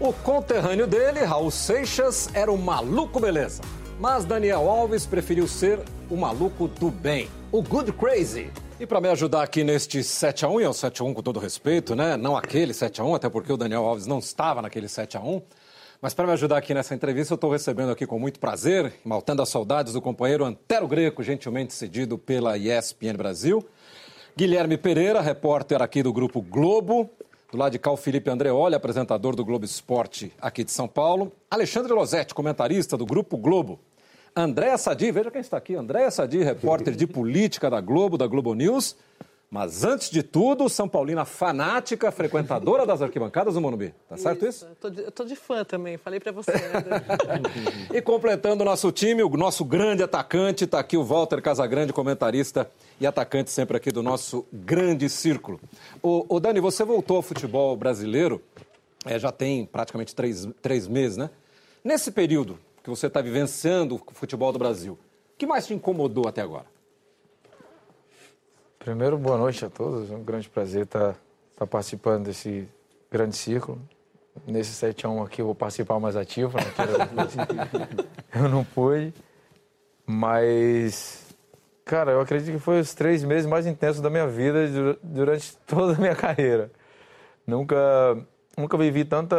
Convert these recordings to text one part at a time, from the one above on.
O conterrâneo dele, Raul Seixas, era um maluco beleza. Mas Daniel Alves preferiu ser o maluco do bem, o good crazy. E para me ajudar aqui neste 7-1, e é o 7-1 com todo respeito, né? Não aquele 7-1, até porque o Daniel Alves não estava naquele 7-1. Mas para me ajudar aqui nessa entrevista, eu estou recebendo aqui com muito prazer, maltando as saudades do companheiro Antero Greco, gentilmente cedido pela ESPN Brasil. Guilherme Pereira, repórter aqui do Grupo Globo. Do lado de cá, o Felipe Andreoli, apresentador do Globo Esporte aqui de São Paulo. Alexandre Losetti, comentarista do Grupo Globo. Andréa Sadi, veja quem está aqui. Andréa Sadi, repórter de política da Globo, da Globo News. Mas, antes de tudo, São Paulina fanática, frequentadora das arquibancadas do Morumbi. Tá certo isso? Eu tô de fã também, falei pra você. Né? E completando o nosso time, o nosso grande atacante, tá aqui o Walter Casagrande, comentarista e atacante sempre aqui do nosso grande círculo. Ô Dani, você voltou ao futebol brasileiro, já tem praticamente três meses, né? Nesse período que você está vivenciando o futebol do Brasil, o que mais te incomodou até agora? Primeiro, boa noite a todos. É um grande prazer estar participando desse grande círculo. Nesse 7-1 aqui eu vou participar mais ativo, né? Eu não pude. Mas, cara, eu acredito que foi os 3 meses mais intensos da minha vida durante toda a minha carreira. Nunca vivi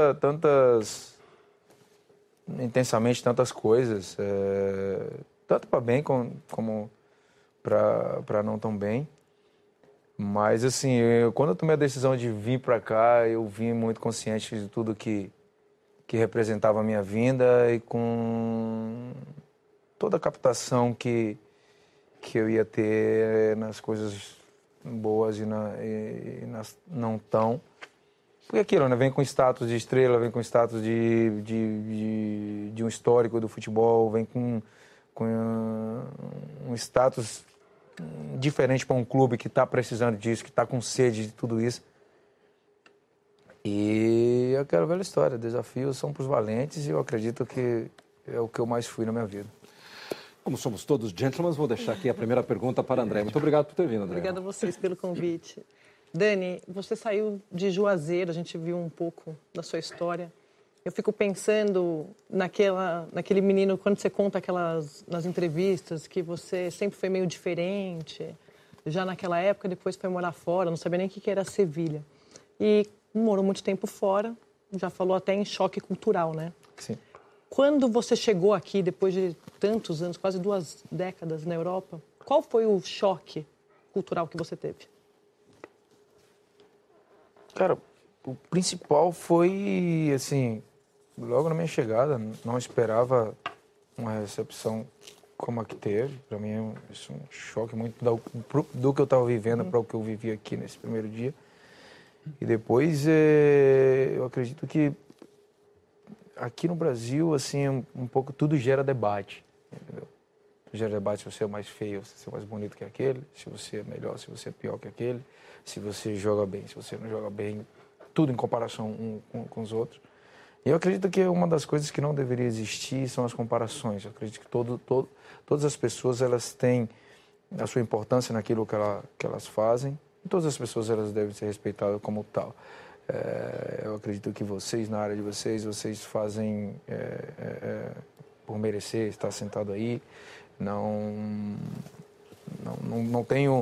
intensamente tantas coisas, tanto para bem como para não tão bem. Mas, assim, quando eu tomei a decisão de vir para cá, eu vim muito consciente de tudo que representava a minha vinda e com toda a captação que eu ia ter nas coisas boas e nas não tão. Porque aquilo, né? Vem com status de estrela, vem com status de um histórico do futebol, vem com um status diferente para um clube que está precisando disso, que está com sede de tudo isso. E aquela velha história, desafios são para os valentes e eu acredito que é o que eu mais fui na minha vida. Como somos todos gentlemen, vou deixar aqui a primeira pergunta para André. Muito obrigado por ter vindo, André. Obrigada a vocês pelo convite. Dani, você saiu de Juazeiro, a gente viu um pouco da sua história. Eu fico pensando naquele menino, quando você conta nas entrevistas, que você sempre foi meio diferente, já naquela época, depois foi morar fora, não sabia nem o que era Sevilha. E morou muito tempo fora, já falou até em choque cultural, né? Sim. Quando você chegou aqui, depois de tantos anos, quase 2 décadas na Europa, qual foi o choque cultural que você teve? Cara, o principal foi, assim, logo na minha chegada, não esperava uma recepção como a que teve. Para mim, é um choque muito do que eu estava vivendo para o que eu vivi aqui nesse primeiro dia. E depois, eu acredito que aqui no Brasil, assim, um pouco tudo gera debate, entendeu? Gera debate se você é mais feio, se você é mais bonito que aquele, se você é melhor, se você é pior que aquele, se você joga bem, se você não joga bem, tudo em comparação com os outros. E eu acredito que uma das coisas que não deveria existir são as comparações. Eu acredito que todas as pessoas elas têm a sua importância naquilo que elas fazem, e todas as pessoas elas devem ser respeitadas como tal. Eu acredito que vocês, na área de vocês fazem por merecer estar sentado aí. Não tenho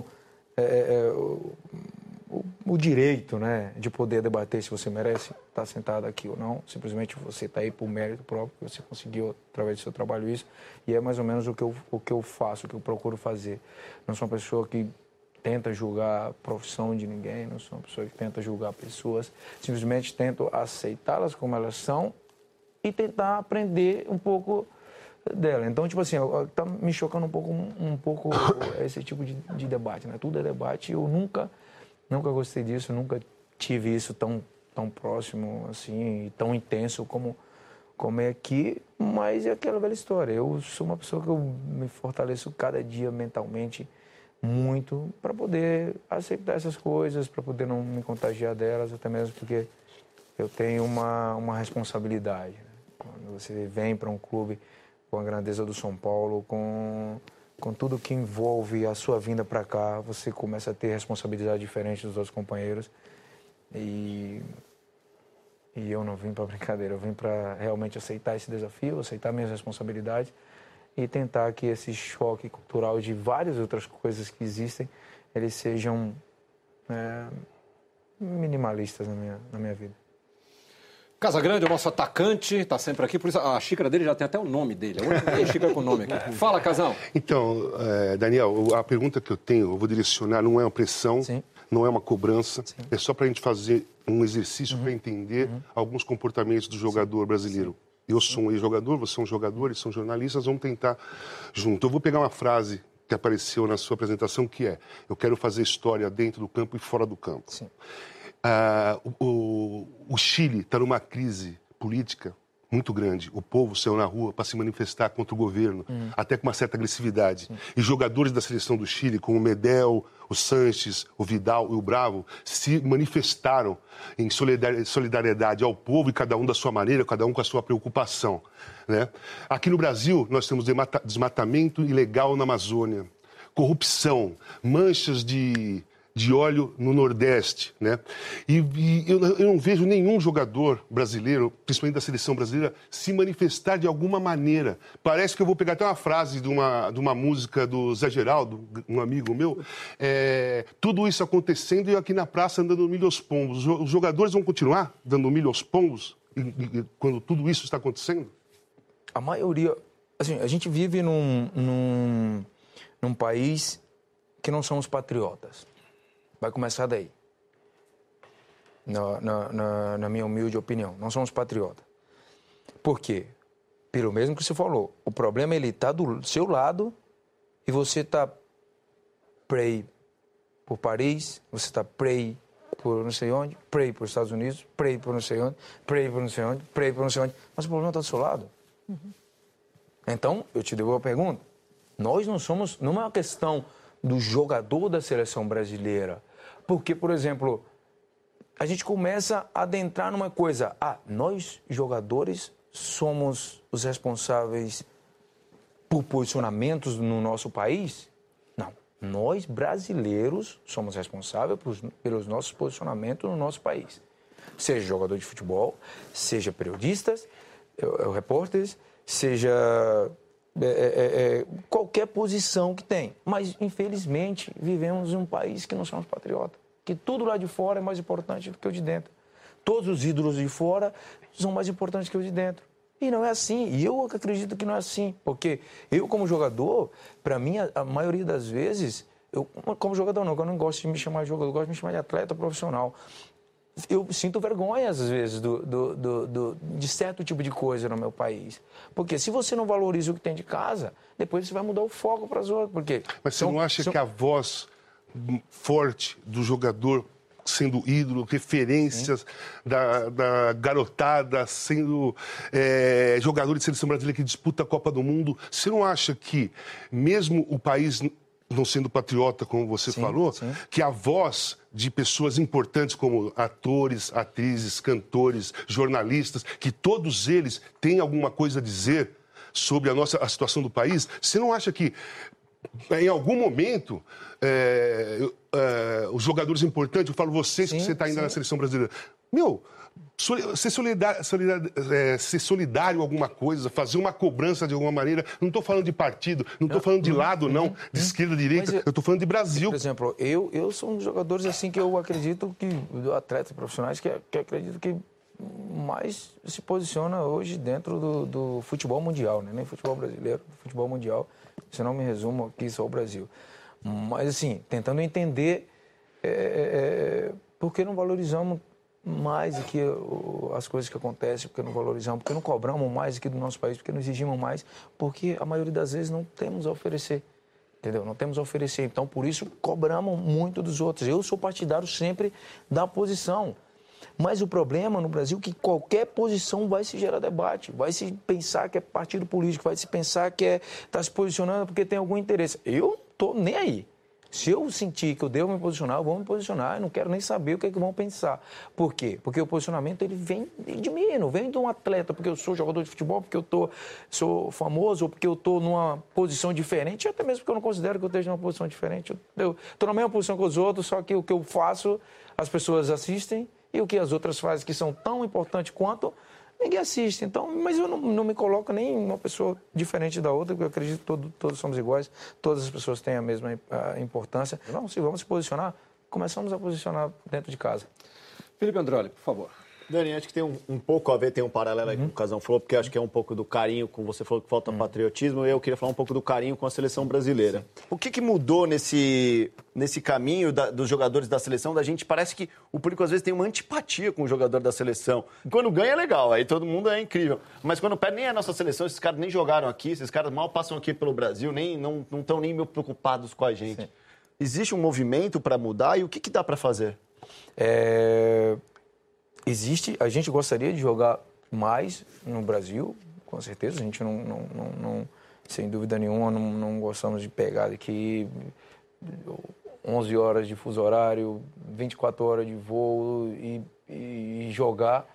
o direito, né, de poder debater se você merece estar sentado aqui ou não. Simplesmente você está aí por mérito próprio, que você conseguiu através do seu trabalho isso. E é mais ou menos o que eu faço, o que eu procuro fazer. Não sou uma pessoa que tenta julgar a profissão de ninguém, não sou uma pessoa que tenta julgar pessoas. Simplesmente tento aceitá-las como elas são e tentar aprender um pouco dela. Então, tipo assim, tá me chocando um pouco esse tipo de debate, né? Tudo é debate e eu nunca gostei disso, nunca tive isso tão próximo, assim, e tão intenso como é aqui, mas é aquela velha história. Eu sou uma pessoa que eu me fortaleço cada dia mentalmente muito para poder aceitar essas coisas, para poder não me contagiar delas, até mesmo porque eu tenho uma responsabilidade, né? Quando você vem para um clube com a grandeza do São Paulo, com tudo que envolve a sua vinda para cá, você começa a ter responsabilidade diferente dos outros companheiros. E E eu não vim para brincadeira, eu vim para realmente aceitar esse desafio, aceitar minhas responsabilidades e tentar que esse choque cultural de várias outras coisas que existem, eles sejam minimalistas na minha vida. Casagrande, o nosso atacante, está sempre aqui, por isso a xícara dele já tem até o nome dele. A única xícara com o nome aqui. Fala, Casão. Então, Daniel, a pergunta que eu tenho, eu vou direcionar, não é uma pressão, Sim. não é uma cobrança, Sim. é só para a gente fazer um exercício para entender alguns comportamentos do jogador brasileiro. Sim. Eu sou um ex-jogador, você é um jogador, eles são jornalistas, vamos tentar junto. Eu vou pegar uma frase que apareceu na sua apresentação, que é: eu quero fazer história dentro do campo e fora do campo. Sim. O Chile está numa crise política muito grande. O povo saiu na rua para se manifestar contra o governo, até com uma certa agressividade. Sim. E jogadores da seleção do Chile, como o Medel, o Sanches, o Vidal e o Bravo, se manifestaram em solidariedade ao povo, e cada um da sua maneira, cada um com a sua preocupação, né? Aqui no Brasil, nós temos desmatamento ilegal na Amazônia, corrupção, manchas de óleo no Nordeste, né? E eu não vejo nenhum jogador brasileiro, principalmente da seleção brasileira, se manifestar de alguma maneira. Parece que eu vou pegar até uma frase de uma música do Zé Geraldo, um amigo meu, tudo isso acontecendo e eu aqui na praça andando milho aos pombos. Os jogadores vão continuar dando milho aos pombos quando tudo isso está acontecendo? A maioria... Assim, a gente vive num país que não somos patriotas. Vai começar daí, na minha humilde opinião. Não somos patriotas. Por quê? Pelo mesmo que você falou. O problema, ele está do seu lado e você está pray por Paris, você está pray por não sei onde, pray por Estados Unidos, pray por não sei onde, pray por não sei onde, pray por não sei onde. Mas o problema está do seu lado. Então, eu te devolvo a pergunta. Nós não somos... Não é uma questão do jogador da seleção brasileira. Porque, por exemplo, a gente começa a adentrar numa coisa. Nós, jogadores, somos os responsáveis por posicionamentos no nosso país? Não. Nós, brasileiros, somos responsáveis pelos nossos posicionamentos no nosso país. Seja jogador de futebol, seja periodistas, repórteres, seja... qualquer posição que tem. Mas, infelizmente, vivemos em um país que não somos patriotas. Que tudo lá de fora é mais importante do que o de dentro. Todos os ídolos de fora são mais importantes que o de dentro. E não é assim. E eu acredito que não é assim. Porque eu, como jogador, para mim, a maioria das vezes... Eu, como jogador não, eu não gosto de me chamar de jogador, eu gosto de me chamar de atleta profissional. Eu sinto vergonha, às vezes, de certo tipo de coisa no meu país. Porque se você não valoriza o que tem de casa, depois você vai mudar o foco para as outras. Porque Mas você não acha que a voz forte do jogador, sendo ídolo, referências da garotada, sendo jogador de seleção brasileira que disputa a Copa do Mundo, você não acha que, mesmo o país não sendo patriota, como você falou, que a voz de pessoas importantes como atores, atrizes, cantores, jornalistas, que todos eles têm alguma coisa a dizer sobre a situação do país, você não acha que, em algum momento, os jogadores importantes, eu falo vocês que você está ainda na seleção brasileira, ser solidário a alguma coisa, fazer uma cobrança de alguma maneira. Não estou falando de partido, não estou falando de lado, não, de esquerda, direita, eu estou falando de Brasil. Por exemplo, eu sou um dos jogadores assim que eu acredito que, atletas profissionais, que acredito que mais se posiciona hoje dentro do futebol mundial, né? Nem futebol brasileiro, futebol mundial, se não me resumo aqui só o Brasil. Mas assim, tentando entender por que não valorizamos mais do que as coisas que acontecem, porque não valorizamos, porque não cobramos mais aqui do nosso país, porque não exigimos mais, porque a maioria das vezes não temos a oferecer, entendeu? Não temos a oferecer, então por isso cobramos muito dos outros. Eu sou partidário sempre da posição, mas o problema no Brasil é que qualquer posição vai se gerar debate, vai se pensar que é partido político, vai se pensar que está se posicionando porque tem algum interesse. Eu não estou nem aí. Se eu sentir que eu devo me posicionar, eu vou me posicionar. Eu não quero nem saber o que é que vão pensar. Por quê? Porque o posicionamento ele vem de mim, não vem de um atleta, porque eu sou jogador de futebol, porque eu sou famoso, ou porque eu estou numa posição diferente, até mesmo porque eu não considero que eu esteja numa posição diferente. Eu estou na mesma posição que os outros, só que o que eu faço, as pessoas assistem E o que as outras fazem, que são tão importantes quanto, ninguém assiste. Então, mas eu não me coloco nem uma pessoa diferente da outra, porque eu acredito que todos somos iguais, todas as pessoas têm a mesma importância. Não, se vamos se posicionar, começamos a posicionar dentro de casa. Felipe Androli, por favor. Dani, acho que tem um pouco a ver, tem um paralelo aí com o que o Casão falou, porque acho que é um pouco do carinho, como você falou que falta patriotismo, e eu queria falar um pouco do carinho com a seleção brasileira. Sim. O que mudou nesse caminho dos jogadores da seleção? Da gente parece que o público às vezes tem uma antipatia com o jogador da seleção. Quando ganha é legal, aí todo mundo é incrível. Mas quando perde nem a nossa seleção, esses caras nem jogaram aqui, esses caras mal passam aqui pelo Brasil, não estão nem meio preocupados com a gente. Sim. Existe um movimento para mudar e o que dá para fazer? Existe, a gente gostaria de jogar mais no Brasil, com certeza, a gente não sem dúvida nenhuma, não gostamos de pegar daqui 11 horas de fuso horário, 24 horas de voo e jogar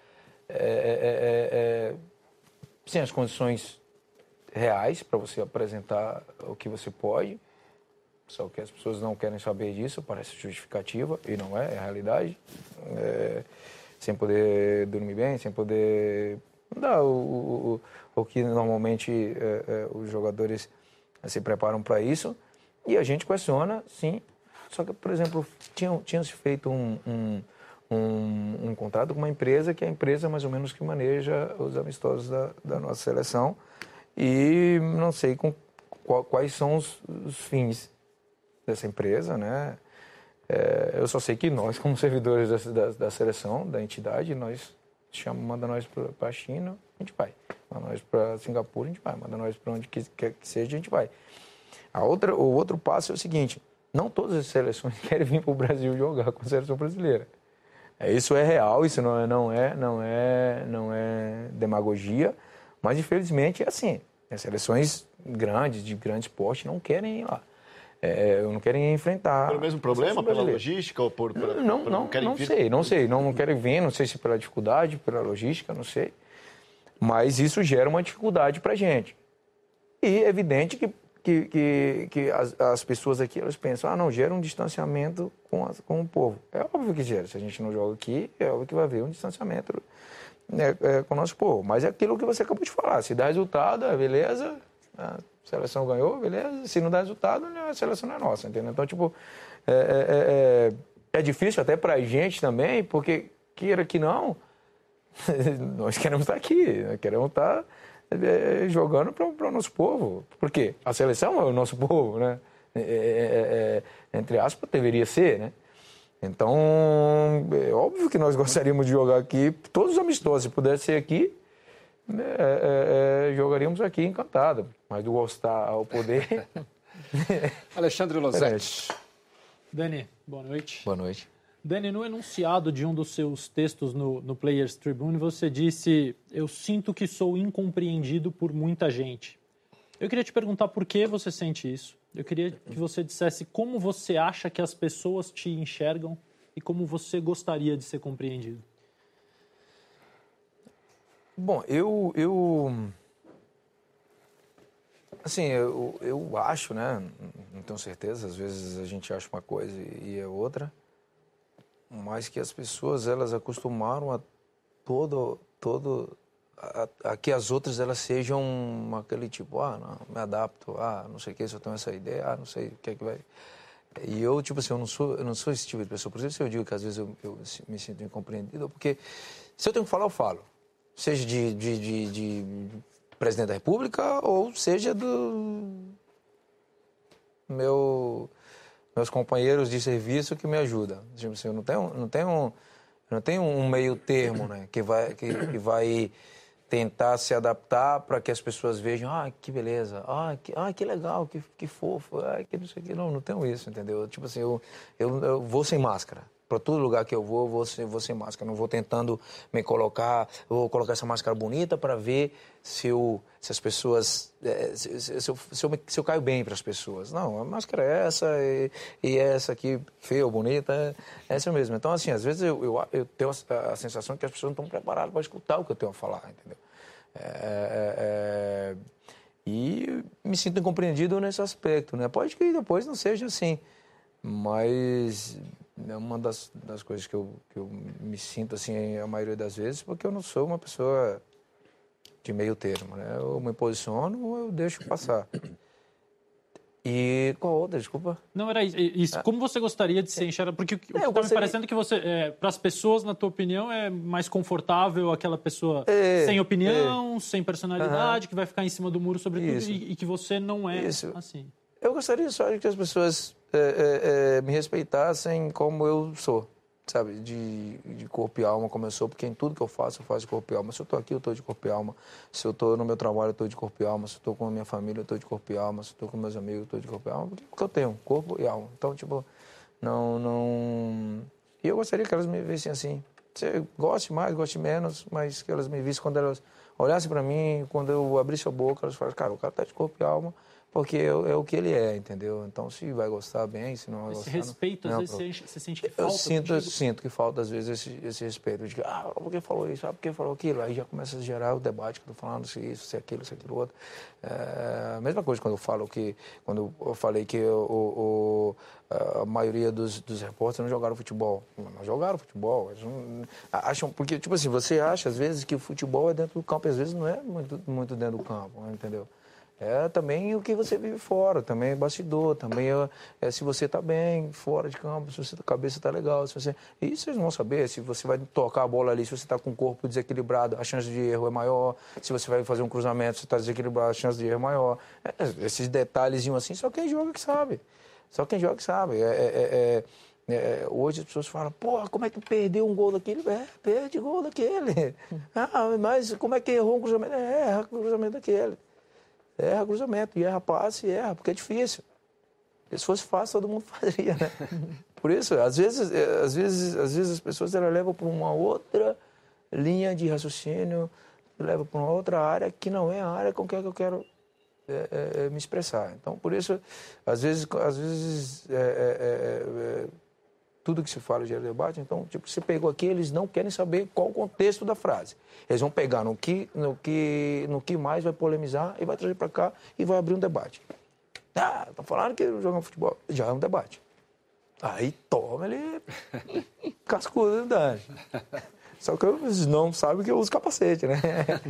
sem as condições reais para você apresentar o que você pode. Só que as pessoas não querem saber disso, parece justificativa, e não é a realidade. Sem poder dormir bem, sem poder dar o que normalmente os jogadores se preparam para isso. E a gente questiona, sim. Só que, por exemplo, tinha-se feito um contrato com uma empresa, que é a empresa mais ou menos que maneja os amistosos da nossa seleção. E não sei quais são os fins dessa empresa, né? Eu só sei que nós, como servidores da seleção, da entidade, nós manda nós para a China, a gente vai. Manda nós para Singapura, a gente vai. Manda nós para onde quer que seja, a gente vai. O outro passo é o seguinte: não todas as seleções querem vir para o Brasil jogar com a seleção brasileira. Isso é real, isso não é demagogia, mas infelizmente é assim. As seleções grandes, de grande esporte, não querem ir lá. Não querem enfrentar. Pelo mesmo problema, pela logística ou não sei. Não querem vir, não sei se pela dificuldade, pela logística, não sei. Mas isso gera uma dificuldade para a gente. E é evidente que as pessoas aqui, elas pensam, não, gera um distanciamento com o povo. É óbvio que gera. Se a gente não joga aqui, é óbvio que vai haver um distanciamento com o nosso povo. Mas é aquilo que você acabou de falar. Se dá resultado, beleza. A seleção ganhou, beleza. Se não dá resultado, a seleção não é nossa, entendeu? Então, tipo, é difícil até pra gente também, porque, queira que não, nós queremos estar aqui, nós queremos estar jogando para o nosso povo. Por quê? A seleção é o nosso povo, né? Entre aspas, deveria ser, né? Então, é óbvio que nós gostaríamos de jogar aqui, todos os amistosos, se pudesse ser aqui, jogaríamos aqui encantado, mas do gostar ao poder. Alexandre Losetti. Dani, boa noite. Boa noite. Dani, no enunciado de um dos seus textos no Players Tribune, você disse: eu sinto que sou incompreendido por muita gente. Eu queria te perguntar por que você sente isso. Eu queria que você dissesse como você acha que as pessoas te enxergam e como você gostaria de ser compreendido. Bom, assim, eu acho, né, não tenho certeza, às vezes a gente acha uma coisa e é outra, mas que as pessoas, elas acostumaram a a que as outras, elas sejam aquele tipo, não, me adapto, não sei o que, se eu tenho essa ideia, não sei o que é que vai... E eu, tipo assim, eu não sou esse tipo de pessoa. Por isso eu digo que às vezes eu me sinto incompreendido, porque se eu tenho que falar, eu falo. Seja de presidente da República ou seja meus companheiros de serviço que me ajudam. Tipo assim, eu não tenho um meio termo, né, que vai tentar se adaptar para que as pessoas vejam, que beleza, que legal, que fofo, que não sei o que. Não tenho isso, entendeu? Tipo assim, eu vou sem máscara. Para todo lugar que eu vou sem máscara. Não vou tentando me colocar, vou colocar essa máscara bonita para ver se as pessoas, se eu caio bem para as pessoas. Não, a máscara é essa e essa aqui, feia ou bonita, é essa mesmo. Então, assim, às vezes eu tenho a sensação que as pessoas não estão preparadas para escutar o que eu tenho a falar, entendeu? E me sinto incompreendido nesse aspecto, né? Pode que depois não seja assim, mas é uma das coisas que eu me sinto assim a maioria das vezes, porque eu não sou uma pessoa de meio termo, né? Eu me posiciono ou eu deixo passar. E qual outra, desculpa? Não, era isso. Como você gostaria de ser enxergado? Porque o que está me parecendo que você, para as pessoas, na tua opinião, é mais confortável aquela pessoa sem opinião, sem personalidade, que vai ficar em cima do muro sobre tudo e que você não é assim. Eu gostaria só de que as pessoas me respeitassem como eu sou, sabe? De corpo e alma, como eu sou, porque em tudo que eu faço de corpo e alma. Se eu estou aqui, eu estou de corpo e alma. Se eu estou no meu trabalho, eu estou de corpo e alma. Se eu estou com a minha família, eu estou de corpo e alma. Se eu estou com meus amigos, eu estou de corpo e alma. Porque eu tenho corpo e alma. Então, tipo, não... E eu gostaria que elas me vissem assim. Se goste mais, goste menos, mas que elas me vissem quando elas olhassem para mim, quando eu abrisse a boca, elas falassem, cara, o cara está de corpo e alma, porque é o que ele é, entendeu? Então, se vai gostar, bem, se não vai gostar... Esse respeito, não, às vezes, você sente que falta? Eu sinto que falta, às vezes, esse respeito. De que, por que falou isso? Por que falou aquilo? Aí já começa a gerar o debate que eu estou falando, se isso, se aquilo, outro. A mesma coisa quando eu falei que a maioria dos repórteres não jogaram futebol. Não jogaram futebol. Eles não, acham, porque, tipo assim, você acha, às vezes, que o futebol é dentro do campo, e às vezes não é muito dentro do campo, entendeu? É também o que você vive fora, também é bastidor, também é se você está bem fora de campo, se a cabeça está legal. Se você... E vocês vão saber se você vai tocar a bola ali, se você está com o corpo desequilibrado, a chance de erro é maior. Se você vai fazer um cruzamento, se está desequilibrado, a chance de erro é maior. Esses detalhezinhos assim, só quem joga que sabe. Só quem joga que sabe. Hoje as pessoas falam, como é que perdeu um gol daquele? Perde gol daquele. Mas como é que errou um cruzamento? Erra o cruzamento daquele. Erra cruzamento, e erra passe, e erra, porque é difícil. Se fosse fácil, todo mundo faria, né? Por isso, às vezes as pessoas levam para uma outra linha de raciocínio, levam para uma outra área que não é a área com que eu quero me expressar. Então, por isso, às vezes tudo que se fala gera debate. Então, tipo, você pegou aqui, eles não querem saber qual o contexto da frase. Eles vão pegar no que mais vai polemizar e vai trazer para cá e vai abrir um debate. Estão falando que jogam futebol. Já é um debate. Aí toma ele cascudo, né? Só que eles não sabem que eu uso capacete, né?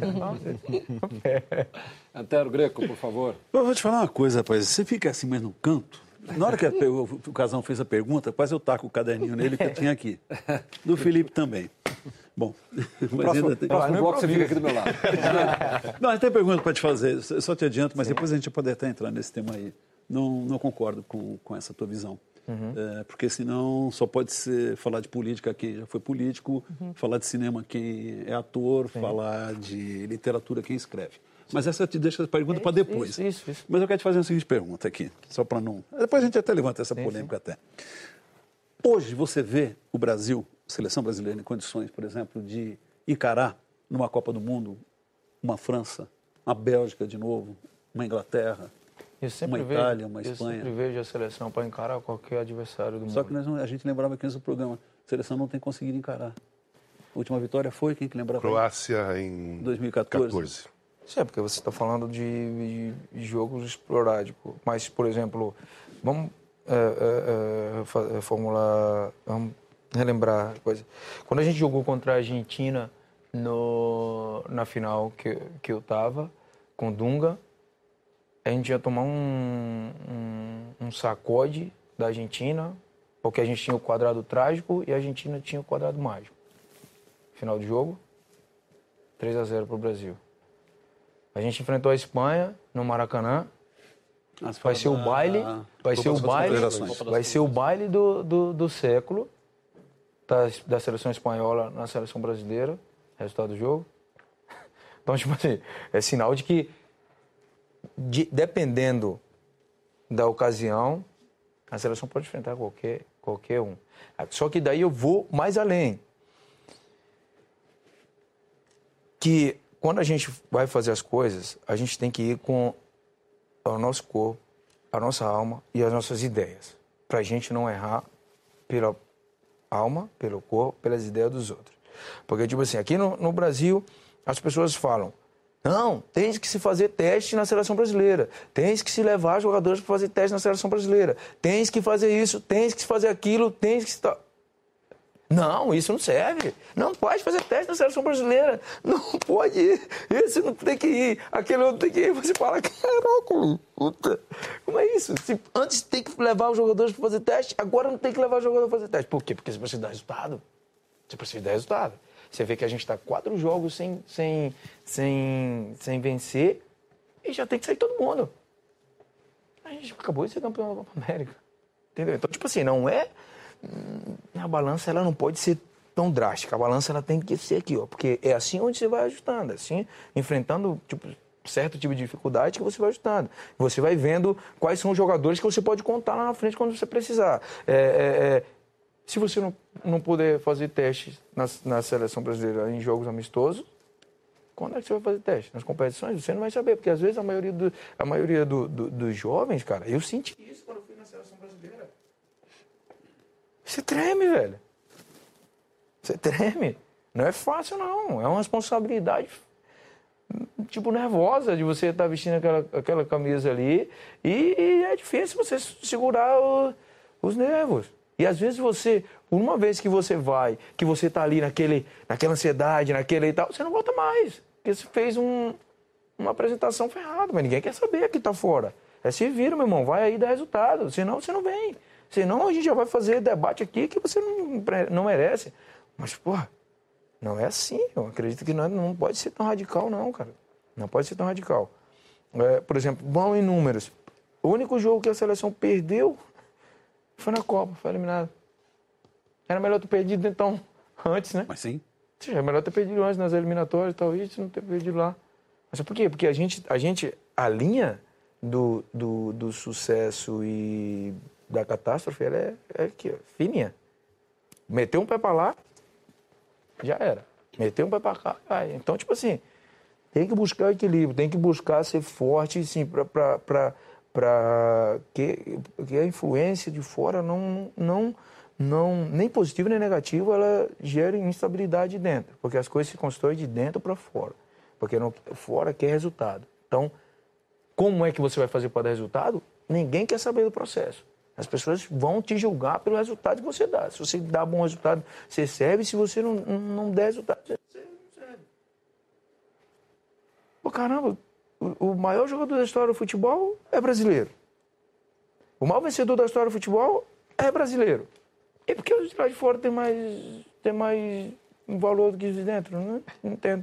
Antero Greco, por favor. Eu vou te falar uma coisa, rapaz. Você fica assim mais no canto. Na hora que o Casão fez a pergunta, quase eu taco o caderninho nele que eu tinha aqui. Do Felipe também. Bom, mas ainda tem... Próximo bloco você fica aqui do meu lado. Não, tem pergunta para te fazer. Eu só te adianto, mas depois a gente pode até entrar nesse tema aí. Não concordo com essa tua visão. Porque senão só pode ser falar de política quem já foi político, falar de cinema quem é ator, falar de literatura quem escreve. Mas essa eu te deixo a pergunta para depois. Isso. Mas eu quero te fazer a seguinte pergunta aqui, só para não... Depois a gente até levanta essa polêmica até. Hoje você vê o Brasil, a seleção brasileira, em condições, por exemplo, de encarar numa Copa do Mundo uma França, uma Bélgica de novo, uma Inglaterra, uma Itália, uma Espanha. Eu sempre vejo a seleção para encarar qualquer adversário do mundo. Só que a gente lembrava aqui nesse programa, a seleção não tem conseguido encarar. A última vitória foi, quem que lembrava? Croácia em 2014. Sim, porque você está falando de jogos esporádicos. Mas, por exemplo, vamos vamos relembrar a coisa. Quando a gente jogou contra a Argentina na final que eu estava, com Dunga, a gente ia tomar um sacode da Argentina, porque a gente tinha o quadrado trágico e a Argentina tinha o quadrado mágico. Final de jogo, 3-0 para o Brasil. A gente enfrentou a Espanha no Maracanã. Vai ser o baile, vai ser o baile do século da seleção espanhola na seleção brasileira, resultado do jogo. Então, tipo assim, é sinal de que dependendo da ocasião, a seleção pode enfrentar qualquer um. Só que daí eu vou mais além. Que quando a gente vai fazer as coisas, a gente tem que ir com o nosso corpo, a nossa alma e as nossas ideias. Para a gente não errar pela alma, pelo corpo, pelas ideias dos outros. Porque, tipo assim, aqui no Brasil, as pessoas falam, Não, tem que se fazer teste na seleção brasileira. Tem que se levar jogadores para fazer teste na seleção brasileira. Tem que fazer isso, tem que fazer aquilo, tem que... Não, isso não serve. Não pode fazer teste na seleção brasileira. Não pode ir. Esse não tem que ir. Aquele outro tem que ir. Você fala, caraca, puta. Como é isso? Antes tem que levar os jogadores para fazer teste, agora não tem que levar os jogadores para fazer teste. Por quê? Porque você precisa dar resultado. Você precisa dar resultado. Você vê que a gente está 4 jogos sem vencer e já tem que sair todo mundo. A gente acabou de ser campeão da Copa América. Entendeu? Então, tipo assim, não é... A balança, ela não pode ser tão drástica. A balança, ela tem que ser aqui, ó. Porque é assim onde você vai ajustando. É assim, enfrentando certo tipo de dificuldade que você vai ajustando. Você vai vendo quais são os jogadores que você pode contar lá na frente quando você precisar. Se você não puder fazer testes na seleção brasileira em jogos amistosos, quando é que você vai fazer teste? Nas competições, você não vai saber. Porque às vezes a maioria dos jovens, cara, eu senti isso quando eu fui na seleção brasileira. Você treme, velho. Você treme. Não é fácil, não. É uma responsabilidade, nervosa de você estar vestindo aquela camisa ali. E é difícil você segurar os nervos. E às vezes uma vez que você vai, que você está ali naquela ansiedade, naquele e tal, você não volta mais. Porque você fez uma apresentação ferrada, mas ninguém quer saber que está fora. Se vira, meu irmão, vai aí dar resultado. Senão você não vem. Senão a gente já vai fazer debate aqui que você não merece. Mas, porra, não é assim. Eu acredito que não pode ser tão radical, não, cara. Não pode ser tão radical. Por exemplo, vamos em números. O único jogo que a seleção perdeu foi na Copa, foi eliminado. Era melhor ter perdido, então, antes, né? Mas sim. É melhor ter perdido antes nas eliminatórias e tal, e não ter perdido lá. Mas por quê? Porque a linha do sucesso e da catástrofe, ela é aqui, ó, fininha. Meteu um pé pra lá, já era. Meteu um pé pra cá, vai. Então, tipo assim, tem que buscar o equilíbrio, tem que buscar ser forte, sim, pra que a influência de fora não, nem positiva nem negativa, ela gera instabilidade dentro. Porque as coisas se constroem de dentro para fora. Porque fora quer resultado. Então, como é que você vai fazer para dar resultado? Ninguém quer saber do processo. As pessoas vão te julgar pelo resultado que você dá. Se você dá bom resultado, você serve. Se você não der resultado, você não serve. Pô, caramba, o maior jogador da história do futebol é brasileiro. O maior vencedor da história do futebol é brasileiro. E por que os de lá de fora tem mais valor do que os de dentro? Não entendo.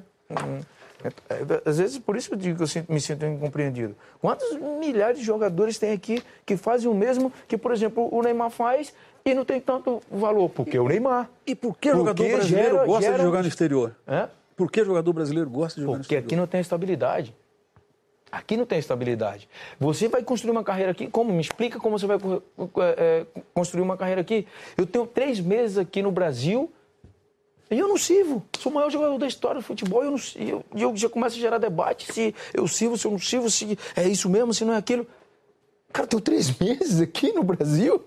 Às vezes, por isso eu digo que eu me sinto incompreendido. Quantos milhares de jogadores tem aqui que fazem o mesmo que, por exemplo, o Neymar faz e não tem tanto valor? Porque o Neymar. E por que o jogador brasileiro gosta de jogar no exterior? Por que o jogador brasileiro gosta de jogar no exterior? Porque aqui não tem estabilidade. Aqui não tem estabilidade. Você vai construir uma carreira aqui? Como? Me explica como você vai construir uma carreira aqui. Eu tenho 3 meses aqui no Brasil e eu não sirvo. Sou o maior jogador da história do futebol e eu já começo a gerar debate se eu sirvo, se eu não sirvo, se é isso mesmo, se não é aquilo. Cara, eu tenho 3 meses aqui no Brasil.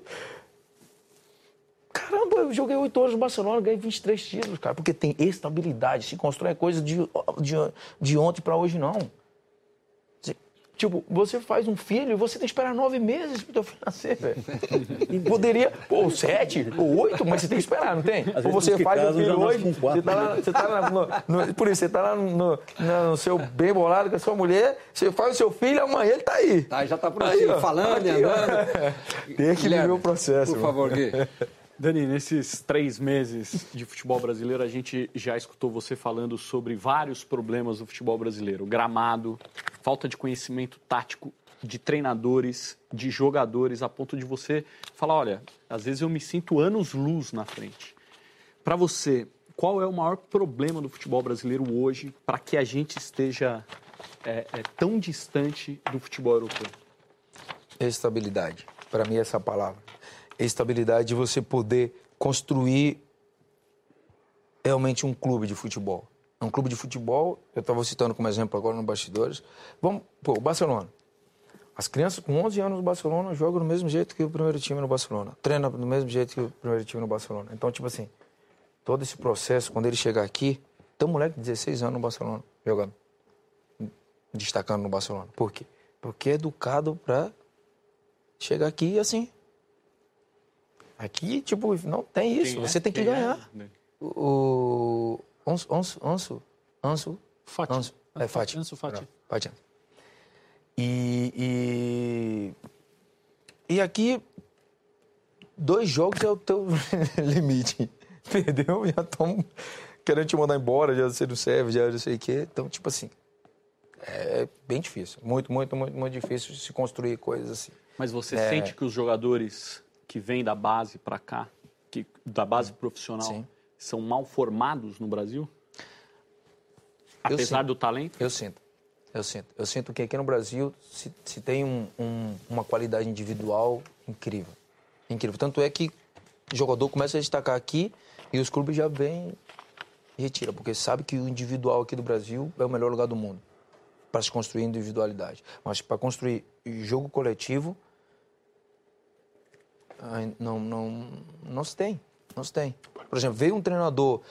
Caramba, eu joguei 8 horas no Barcelona, ganhei 23 títulos, cara. Porque tem estabilidade. Se constrói coisa de ontem para hoje, não. Tipo, você faz um filho e você tem que esperar 9 meses pro teu filho nascer, velho. Poderia, ou 7, ou 8, mas você tem que esperar, não tem? Ou você faz o filho hoje, você tá lá por isso, você tá lá no seu bem bolado com a sua mulher, você faz o seu filho, amanhã ele tá aí. Já tá prontinho, falando e andando. Tem que viver o processo. Por favor, Gui. Dani, nesses 3 meses de futebol brasileiro, a gente já escutou você falando sobre vários problemas do futebol brasileiro. Gramado, falta de conhecimento tático de treinadores, de jogadores, a ponto de você falar, olha, às vezes eu me sinto anos-luz na frente. Para você, qual é o maior problema do futebol brasileiro hoje para que a gente esteja tão distante do futebol europeu? Estabilidade. Para mim, essa palavra. Estabilidade de você poder construir realmente um clube de futebol. Um clube de futebol, eu estava citando como exemplo agora no Bastidores, o Barcelona. As crianças com 11 anos no Barcelona jogam do mesmo jeito que o primeiro time no Barcelona. Treinam do mesmo jeito que o primeiro time no Barcelona. Então, tipo assim, todo esse processo, quando ele chegar aqui, tem um moleque de 16 anos no Barcelona jogando. destacando no Barcelona. Por quê? Porque é educado para chegar aqui assim. Aqui, tipo, não tem isso. Você tem que ganhar. O Ansu Fati. Fati. Ansu Fati. Fati. E aqui, 2 jogos é o teu limite. Perdeu, já estão querendo te mandar embora, já você não serve, já não sei o quê. Então, tipo assim, é bem difícil. Muito difícil de se construir coisas assim. Mas você sente que os jogadores que vêm da base para cá, da base profissional, Sim. são mal formados no Brasil? Apesar do talento? Eu sinto que aqui no Brasil se tem uma qualidade individual incrível. Incrível. Tanto é que o jogador começa a destacar aqui e os clubes já vêm e retiram, porque sabe que o individual aqui do Brasil é o melhor lugar do mundo para se construir individualidade. Mas para construir jogo coletivo, não se tem. Por exemplo, veio um treinador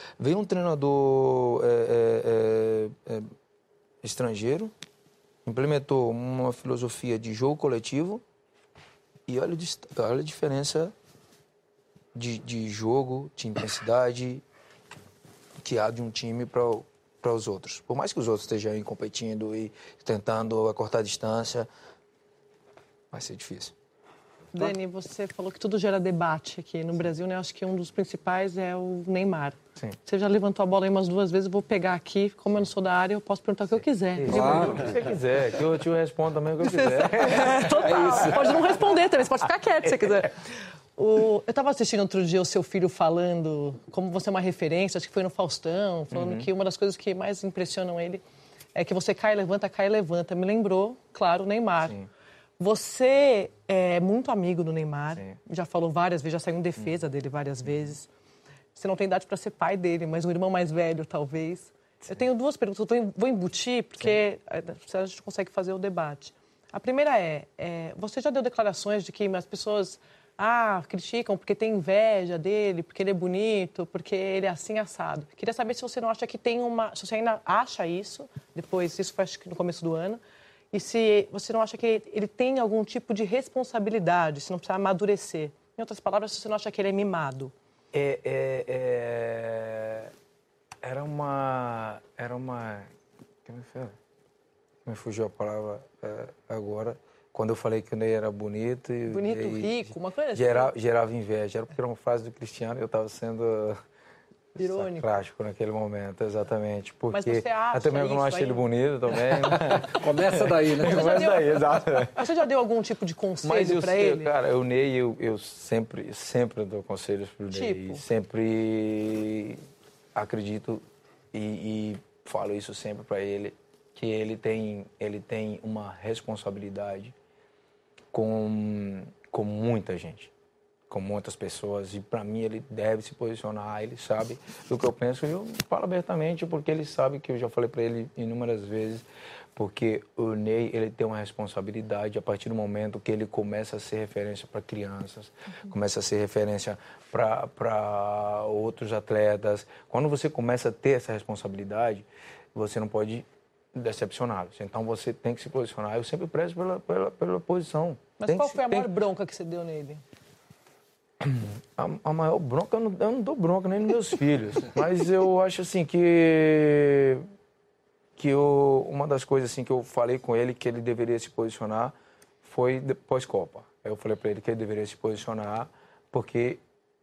estrangeiro, implementou uma filosofia de jogo coletivo e olha a diferença de jogo, de intensidade que há de um time para os outros. Por mais que os outros estejam aí competindo e tentando acortar a distância, vai ser difícil. Dani, você falou que tudo gera debate aqui no Brasil, né? Acho que um dos principais é o Neymar. Sim. Você já levantou a bola aí umas 2 vezes, eu vou pegar aqui, como eu não sou da área, eu posso perguntar o que eu quiser. Claro, o que você quiser, que eu te respondo também o que eu quiser. Total. Pode não responder também, você pode ficar quieto se você quiser. Eu estava assistindo outro dia o seu filho falando como você é uma referência, acho que foi no Faustão, falando que uma das coisas que mais impressionam ele é que você cai, levanta. Me lembrou, claro, o Neymar. Sim. Você é muito amigo do Neymar, Sim. já falou várias vezes, já saiu em defesa dele várias vezes. Você não tem idade para ser pai dele, mas um irmão mais velho, talvez. Sim. Eu tenho 2 perguntas, vou embutir, porque a gente consegue fazer o debate. A primeira você já deu declarações de que as pessoas criticam porque tem inveja dele, porque ele é bonito, porque ele é assim assado. Queria saber se você não acha que se você ainda acha isso, isso foi acho que no começo do ano, e se você não acha que ele tem algum tipo de responsabilidade, se não precisa amadurecer. Em outras palavras, se você não acha que ele é mimado. Era uma... Me fugiu a palavra agora. Quando eu falei que o Ney era bonito... Bonito, rico, uma coisa assim. Gerava inveja. Era porque era uma frase do Cristiano e eu estava sendo... irônico. Sarcástico naquele momento, exatamente. Porque mas você acha até mesmo eu não achei ele bonito também. Começa daí, né? Começa daí, exato. Você já deu algum tipo de conselho para ele? Cara, o Ney, eu sempre dou conselhos pro Ney. Sempre acredito e falo isso sempre para ele, que ele tem uma responsabilidade com muita gente, com muitas pessoas, e para mim ele deve se posicionar, ele sabe do que eu penso, e eu falo abertamente porque ele sabe que eu já falei para ele inúmeras vezes, porque o Ney, ele tem uma responsabilidade a partir do momento que ele começa a ser referência para crianças, começa a ser referência para outros atletas. Quando você começa a ter essa responsabilidade, você não pode decepcioná-los. Então você tem que se posicionar. Eu sempre prezo pela posição. Mas qual foi a maior bronca que você deu nele? A maior bronca, eu não dou bronca nem nos meus filhos. Mas eu acho assim que uma das coisas assim que eu falei com ele que ele deveria se posicionar foi pós-Copa. Eu falei para ele que ele deveria se posicionar porque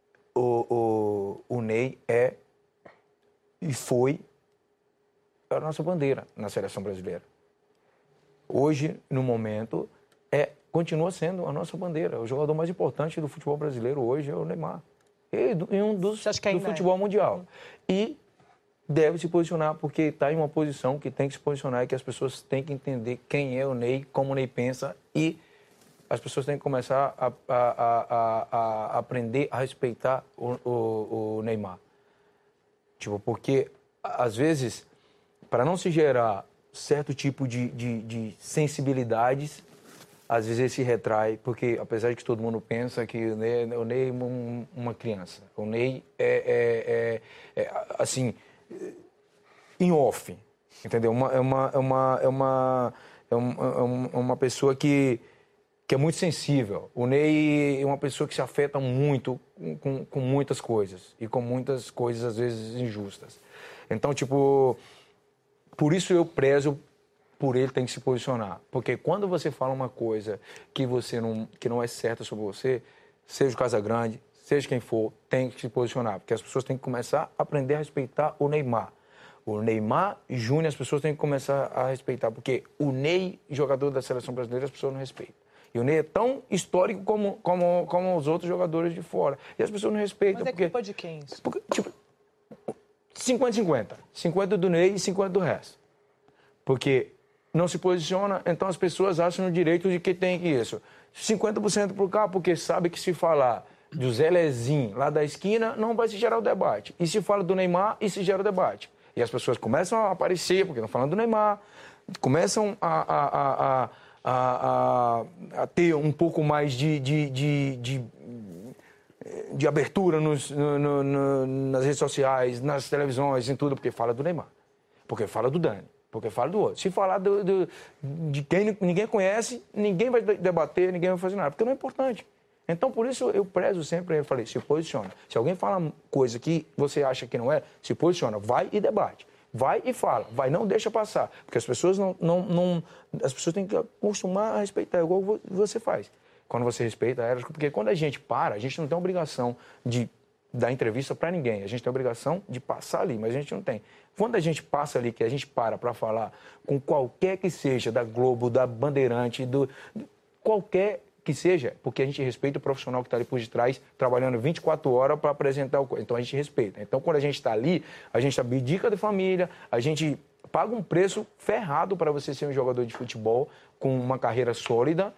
o Ney é e foi a nossa bandeira na seleção brasileira. Hoje, no momento, continua sendo a nossa bandeira. O jogador mais importante do futebol brasileiro hoje é o Neymar. E um dos do futebol mundial. E deve se posicionar porque está em uma posição que tem que se posicionar e que as pessoas têm que entender quem é o Ney, como o Ney pensa, e as pessoas têm que começar a aprender a respeitar o Neymar. Tipo, porque, às vezes, para não se gerar certo tipo de sensibilidades, às vezes ele se retrai, porque apesar de que todo mundo pensa que o Ney é uma criança, o Ney assim, em off, Entendeu? É uma pessoa que é muito sensível. O Ney é uma pessoa que se afeta muito com muitas coisas. E com muitas coisas, às vezes, injustas. Então, tipo, por isso eu prezo por ele tem que se posicionar. Porque quando você fala uma coisa que não é certa sobre você, seja o Casagrande, seja quem for, tem que se posicionar. Porque as pessoas têm que começar a aprender a respeitar o Neymar. O Neymar Júnior, as pessoas têm que começar a respeitar. Porque o Ney, jogador da seleção brasileira, as pessoas não respeitam. E o Ney é tão histórico como os outros jogadores de fora. E as pessoas não respeitam. Mas é culpa de quem isso? Porque, tipo, 50-50. 50 do Ney e 50 do resto. Porque não se posiciona, então as pessoas acham no direito de que tem que isso. 50% por cá, porque sabe que se falar do Zé Lezinho lá da esquina, não vai se gerar o debate. E se fala do Neymar, e se gera o debate. E as pessoas começam a aparecer, porque estão falando do Neymar, começam a ter um pouco mais de abertura nas redes sociais, nas televisões, em tudo, porque fala do Neymar, porque fala do Dani, porque fala do outro. Se falar de quem ninguém conhece, ninguém vai debater, ninguém vai fazer nada, porque não é importante. Então, por isso, eu prezo sempre, eu falei, se posiciona. Se alguém fala coisa que você acha que não é, se posiciona, vai e debate. Vai e fala, vai, não deixa passar. Porque as pessoas as pessoas têm que acostumar a respeitar, igual você faz. Quando você respeita elas, porque quando a gente para, a gente não tem obrigação de dar entrevista para ninguém. A gente tem a obrigação de passar ali, mas a gente não tem. Quando a gente passa ali, que a gente para falar com qualquer que seja, da Globo, da Bandeirante, qualquer que seja, porque a gente respeita o profissional que está ali por detrás, trabalhando 24 horas para apresentar o coisa. Então a gente respeita. Então quando a gente está ali, a gente abdica de família, a gente paga um preço ferrado para você ser um jogador de futebol com uma carreira sólida.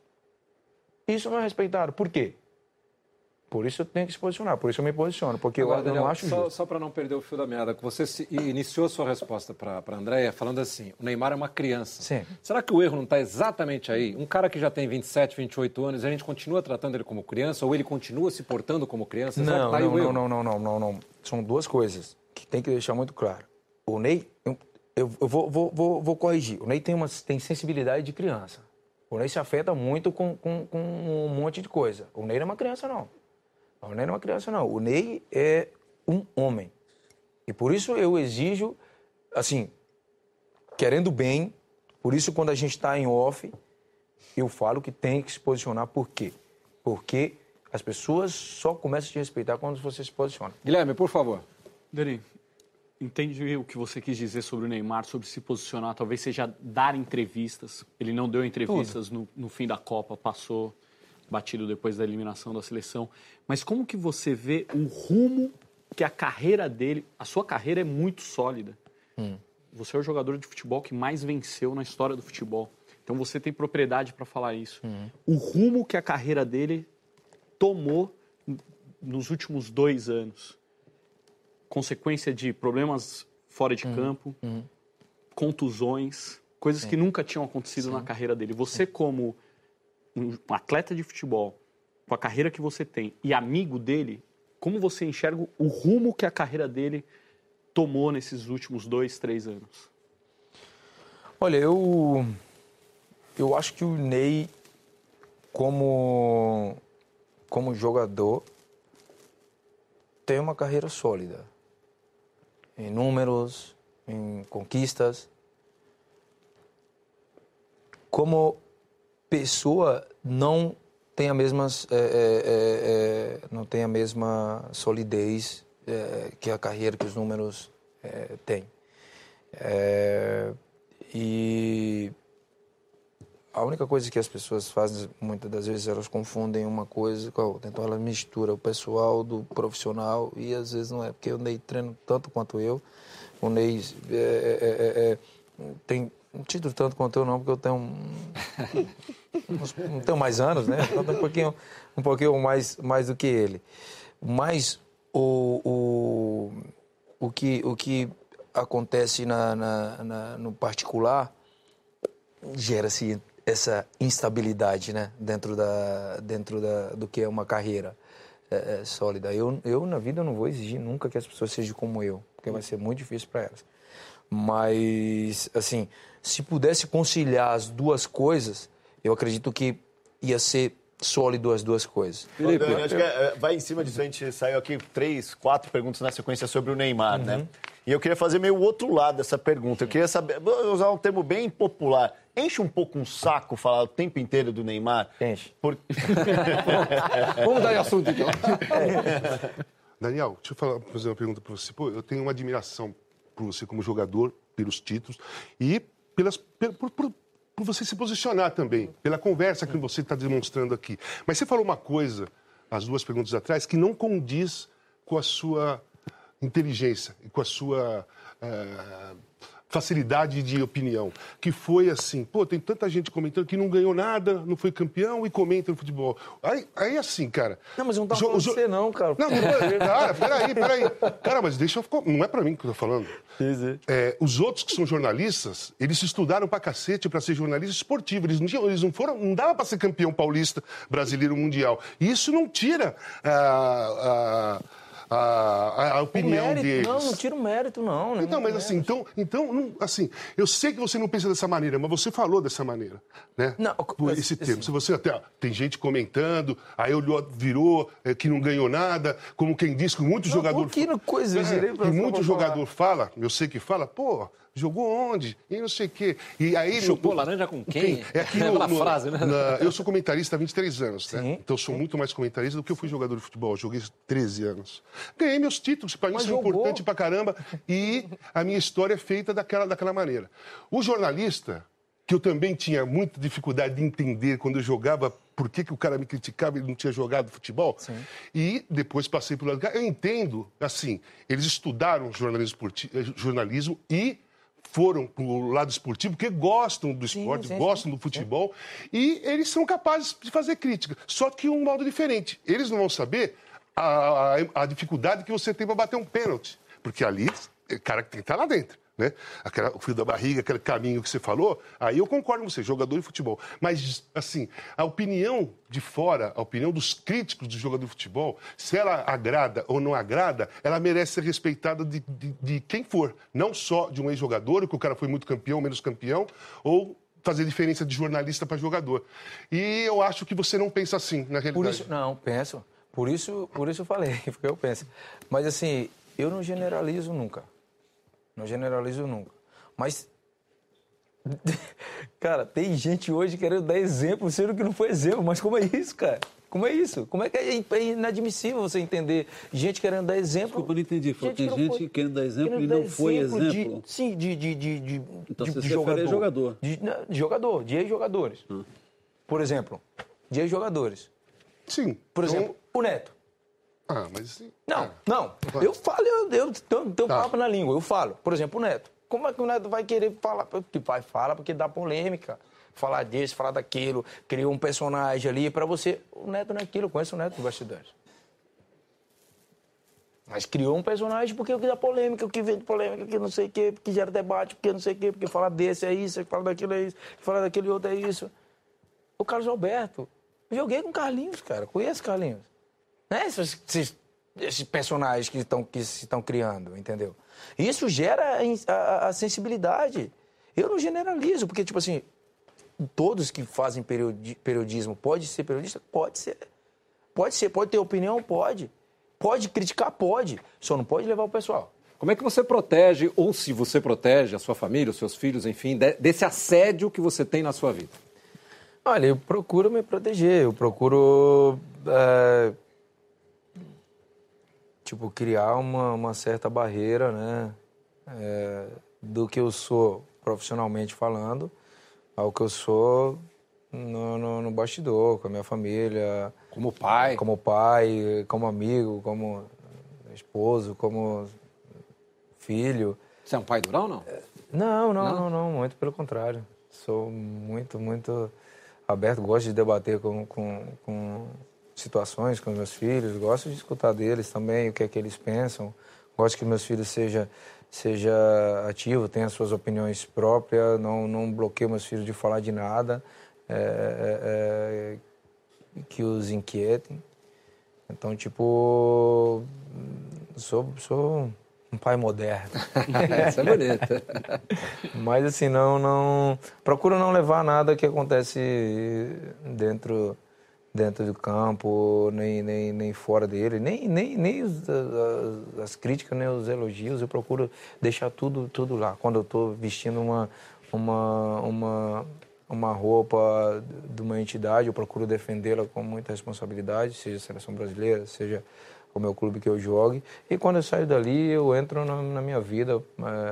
Isso não é respeitado. Por quê? Por isso eu tenho que se posicionar, por isso eu me posiciono, porque agora, eu não acho justo. Só para não perder o fio da meada, você iniciou a sua resposta para a Andréia falando assim, o Neymar é uma criança. Sim. Será que o erro não está exatamente aí? Um cara que já tem 27, 28 anos, a gente continua tratando ele como criança ou ele continua se portando como criança? Será que tá aí o erro? Não. São duas coisas que tem que deixar muito claro. O Ney, eu vou corrigir, o Ney tem sensibilidade de criança. O Ney se afeta muito com um monte de coisa. O Ney não é uma criança, não. O Ney não é uma criança, não. O Ney é um homem. E por isso eu exijo, assim, querendo bem, por isso quando a gente está em off, eu falo que tem que se posicionar. Por quê? Porque as pessoas só começam a te respeitar quando você se posiciona. Guilherme, por favor. Dani, entendi o que você quis dizer sobre o Neymar, sobre se posicionar, talvez seja dar entrevistas. Ele não deu entrevistas no fim da Copa, passou batido depois da eliminação da seleção. Mas como que você vê o rumo que a carreira dele... A sua carreira é muito sólida. Você é o jogador de futebol que mais venceu na história do futebol. Então você tem propriedade para falar isso. O rumo que a carreira dele tomou nos últimos 2 anos. Consequência de problemas fora de campo, contusões, coisas que nunca tinham acontecido na carreira dele. Você como um atleta de futebol, com a carreira que você tem e amigo dele, como você enxerga o rumo que a carreira dele tomou nesses últimos 2, 3 anos? Olha, eu acho que o Ney, como jogador, tem uma carreira sólida. Em números, em conquistas. Como pessoa, não tem a mesma solidez que a carreira, que os números têm. E a única coisa que as pessoas fazem, muitas das vezes, elas confundem uma coisa com a outra. Então, elas misturam o pessoal do profissional e, às vezes, não é. Porque o Ney treina tanto quanto eu. O Ney tem um título tanto quanto eu, não, porque eu tenho não tenho mais anos, né? Então, tenho um pouquinho mais do que ele. Mas o que acontece no particular gera-se essa instabilidade, né? dentro do que é uma carreira sólida. Eu, na vida, não vou exigir nunca que as pessoas sejam como eu, porque vai ser muito difícil para elas. Mas, assim, se pudesse conciliar as duas coisas, eu acredito que ia ser sólido as duas coisas. Felipe, acho que vai em cima disso. A gente saiu aqui 3, 4 perguntas na sequência sobre o Neymar, né? E eu queria fazer meio o outro lado dessa pergunta. Eu queria saber, vou usar um termo bem popular. Enche um pouco um saco falar o tempo inteiro do Neymar? Enche. Vamos dar assunto, então. Daniel, deixa eu fazer uma pergunta para você. Pô, eu tenho uma admiração por você como jogador, pelos títulos e por você se posicionar também, pela conversa que você está demonstrando aqui. Mas você falou uma coisa, as 2 perguntas atrás, que não condiz com a sua inteligência e com a sua facilidade de opinião, que foi assim, pô, tem tanta gente comentando que não ganhou nada, não foi campeão e comenta no futebol. Aí assim, cara... Não, mas não tá falando de você não, cara. Não, cara, peraí. Cara, mas deixa eu ficar... Não é pra mim que eu tô falando. Os outros que são jornalistas, eles estudaram pra cacete pra ser jornalista esportivo. Eles não foram... Não dava pra ser campeão paulista, brasileiro, mundial. E isso não tira a opinião mérito, deles. Não tira o mérito, não. Então, mas assim, assim, eu sei que você não pensa dessa maneira, mas você falou dessa maneira, né? Não, por esse termo. Se você até tem gente comentando, aí virou que não ganhou nada, como quem diz que muito jogador. Que muito jogador fala, eu sei que fala, pô, jogou onde? E não sei o quê. E aí chupou laranja com quem? É aquela frase, né? Eu sou comentarista há 23 anos, né? Então eu sou muito mais comentarista do que eu fui jogador de futebol. Eu joguei 13 anos. Ganhei meus títulos, para mim isso é importante pra caramba. E a minha história é feita daquela maneira. O jornalista, que eu também tinha muita dificuldade de entender quando eu jogava, por que o cara me criticava e não tinha jogado futebol. Sim. E depois passei pelo lado. Eu entendo, assim, eles estudaram jornalismo e foram para o lado esportivo porque gostam do esporte, gostam do futebol e eles são capazes de fazer crítica. Só que um modo diferente. Eles não vão saber a dificuldade que você tem para bater um pênalti. Porque ali, o cara tem que estar lá dentro. Né? O fio da barriga, aquele caminho que você falou, aí eu concordo com você, jogador de futebol. Mas, assim, a opinião de fora, a opinião dos críticos do jogador de futebol, se ela agrada ou não agrada, ela merece ser respeitada de quem for. Não só de um ex-jogador, que o cara foi muito campeão, menos campeão, ou fazer diferença de jornalista para jogador. E eu acho que você não pensa assim, na realidade. Por isso, não, penso. Por isso eu falei, porque eu penso. Mas, assim, eu não generalizo nunca. Não generalizo nunca. Mas, cara, tem gente hoje querendo dar exemplo, sendo que não foi exemplo. Mas como é isso, cara? Como é isso? Como é que é inadmissível você entender gente querendo dar exemplo? Desculpa, eu não entendi. Tem gente querendo dar exemplo e não foi exemplo? Sim, então você se refere a jogador. De ex-jogadores. Por exemplo, de ex-jogadores. Sim. Por exemplo, o Neto. Ah, mas sim. Não. Eu falo, eu tenho papo na língua, eu falo. Por exemplo, o Neto. Como é que o Neto vai querer falar? Que pai fala porque dá polêmica. Falar disso, falar daquilo, criou um personagem ali pra você. O Neto não é aquilo, eu conheço o Neto dos bastidores. Mas criou um personagem porque dá polêmica, o que vem de polêmica, que não sei o quê, porque gera debate, porque não sei o quê, porque falar desse é isso, falar daquilo é isso, falar daquele outro é isso. O Carlos Alberto. Eu joguei com Carlinhos, cara. Conheço Carlinhos. Não é esses personagens que se estão criando, entendeu? Isso gera a sensibilidade. Eu não generalizo, porque, tipo assim, todos que fazem periodismo, pode ser periodista? Pode ser. Pode ter opinião? Pode. Pode criticar? Pode. Só não pode levar o pessoal. Como é que você protege, ou se você protege a sua família, os seus filhos, enfim, desse assédio que você tem na sua vida? Olha, eu procuro me proteger, eu procuro... criar uma certa barreira, né, do que eu sou profissionalmente falando ao que eu sou no bastidor, com a minha família. Como pai? Como pai, como amigo, como esposo, como filho. Você é um pai durão, não? Não, muito pelo contrário. Sou muito, muito aberto, gosto de debater com situações com meus filhos, gosto de escutar deles também, o que é que eles pensam, gosto que meus filhos seja ativo, tenha suas opiniões próprias, não bloqueio meus filhos de falar de nada, que os inquietem. Então, sou Um pai moderno. Essa é bonita. Mas assim, não procuro não levar nada que acontece dentro do campo, nem fora dele, nem as críticas, nem os elogios. Eu procuro deixar tudo lá. Quando eu estou vestindo uma roupa de uma entidade, eu procuro defendê-la com muita responsabilidade, seja a seleção brasileira, seja o meu clube que eu jogue. E quando eu saio dali, eu entro na minha vida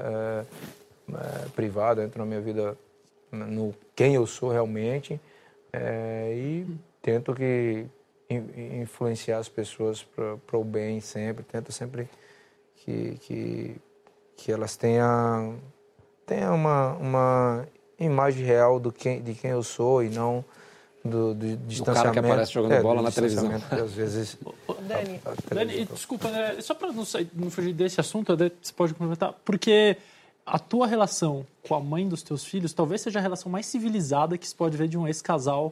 privada, entro na minha vida, no quem eu sou realmente, e tento influenciar as pessoas para o bem sempre. Tento sempre que elas tenham uma imagem real de quem eu sou e não do distanciamento. O cara que aparece jogando bola na televisão. Às vezes... Dani, desculpa, André, só para não fugir desse assunto, você pode complementar, porque a tua relação com a mãe dos teus filhos talvez seja a relação mais civilizada que se pode ver de um ex-casal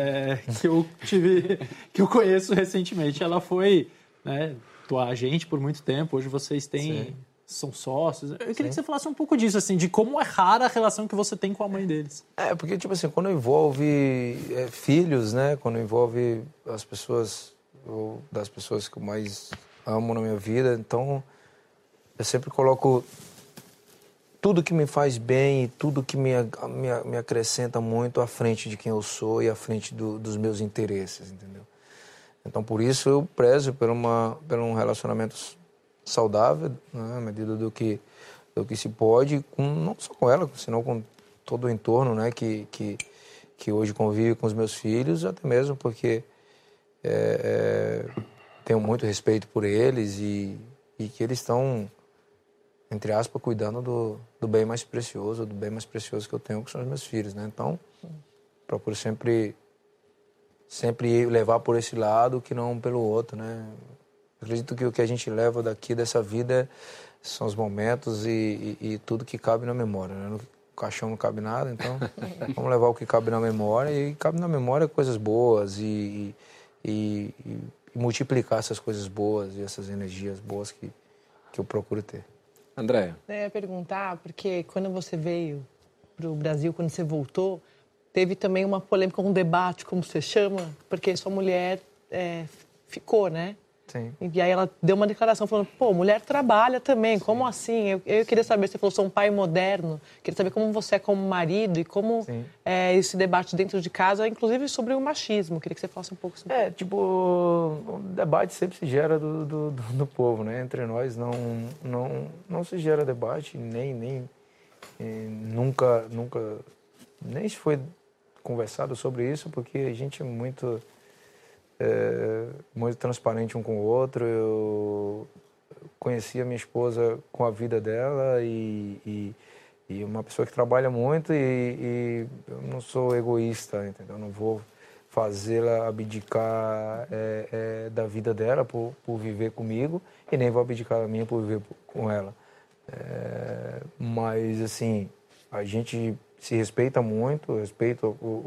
que eu conheço recentemente. Ela foi, né, tua agente por muito tempo, hoje vocês são sócios. Eu queria que você falasse um pouco disso, assim, de como é rara a relação que você tem com a mãe deles. Porque, tipo assim, quando envolve filhos, né, quando envolve as pessoas, ou das pessoas que eu mais amo na minha vida, então eu sempre coloco tudo que me faz bem e tudo que me acrescenta muito à frente de quem eu sou e à frente dos meus interesses, entendeu? Então, por isso, eu prezo por um relacionamento saudável, né, à medida do que se pode, não só com ela, senão com todo o entorno, né, que hoje convive com os meus filhos, até mesmo porque tenho muito respeito por eles e que eles estão, entre aspas, cuidando do bem mais precioso, que eu tenho, que são os meus filhos, né? Então, procuro sempre levar por esse lado que não pelo outro, né? Acredito que o que a gente leva dessa vida são os momentos e tudo que cabe na memória, né? No caixão não cabe nada, então vamos levar o que cabe na memória, e cabe na memória coisas boas e multiplicar essas coisas boas e essas energias boas que eu procuro ter. Andréia. Eu ia perguntar, porque quando você veio para o Brasil, quando você voltou, teve também uma polêmica, um debate, como você chama, porque sua mulher ficou, né? Sim. E aí ela deu uma declaração falando, mulher trabalha também, como assim? Eu queria saber, você falou, sou um pai moderno, queria saber como você é como marido e como esse debate dentro de casa, inclusive sobre o machismo, queria que você falasse um pouco sobre isso. O debate sempre se gera do povo, né? Entre nós não se gera debate, nunca nem se foi conversado sobre isso, porque a gente é muito transparente um com o outro. Eu conheci a minha esposa com a vida dela e uma pessoa que trabalha muito e eu não sou egoísta, entendeu? Eu não vou fazê-la abdicar da vida dela por viver comigo e nem vou abdicar da minha por viver com ela. Mas, assim, a gente se respeita muito, respeita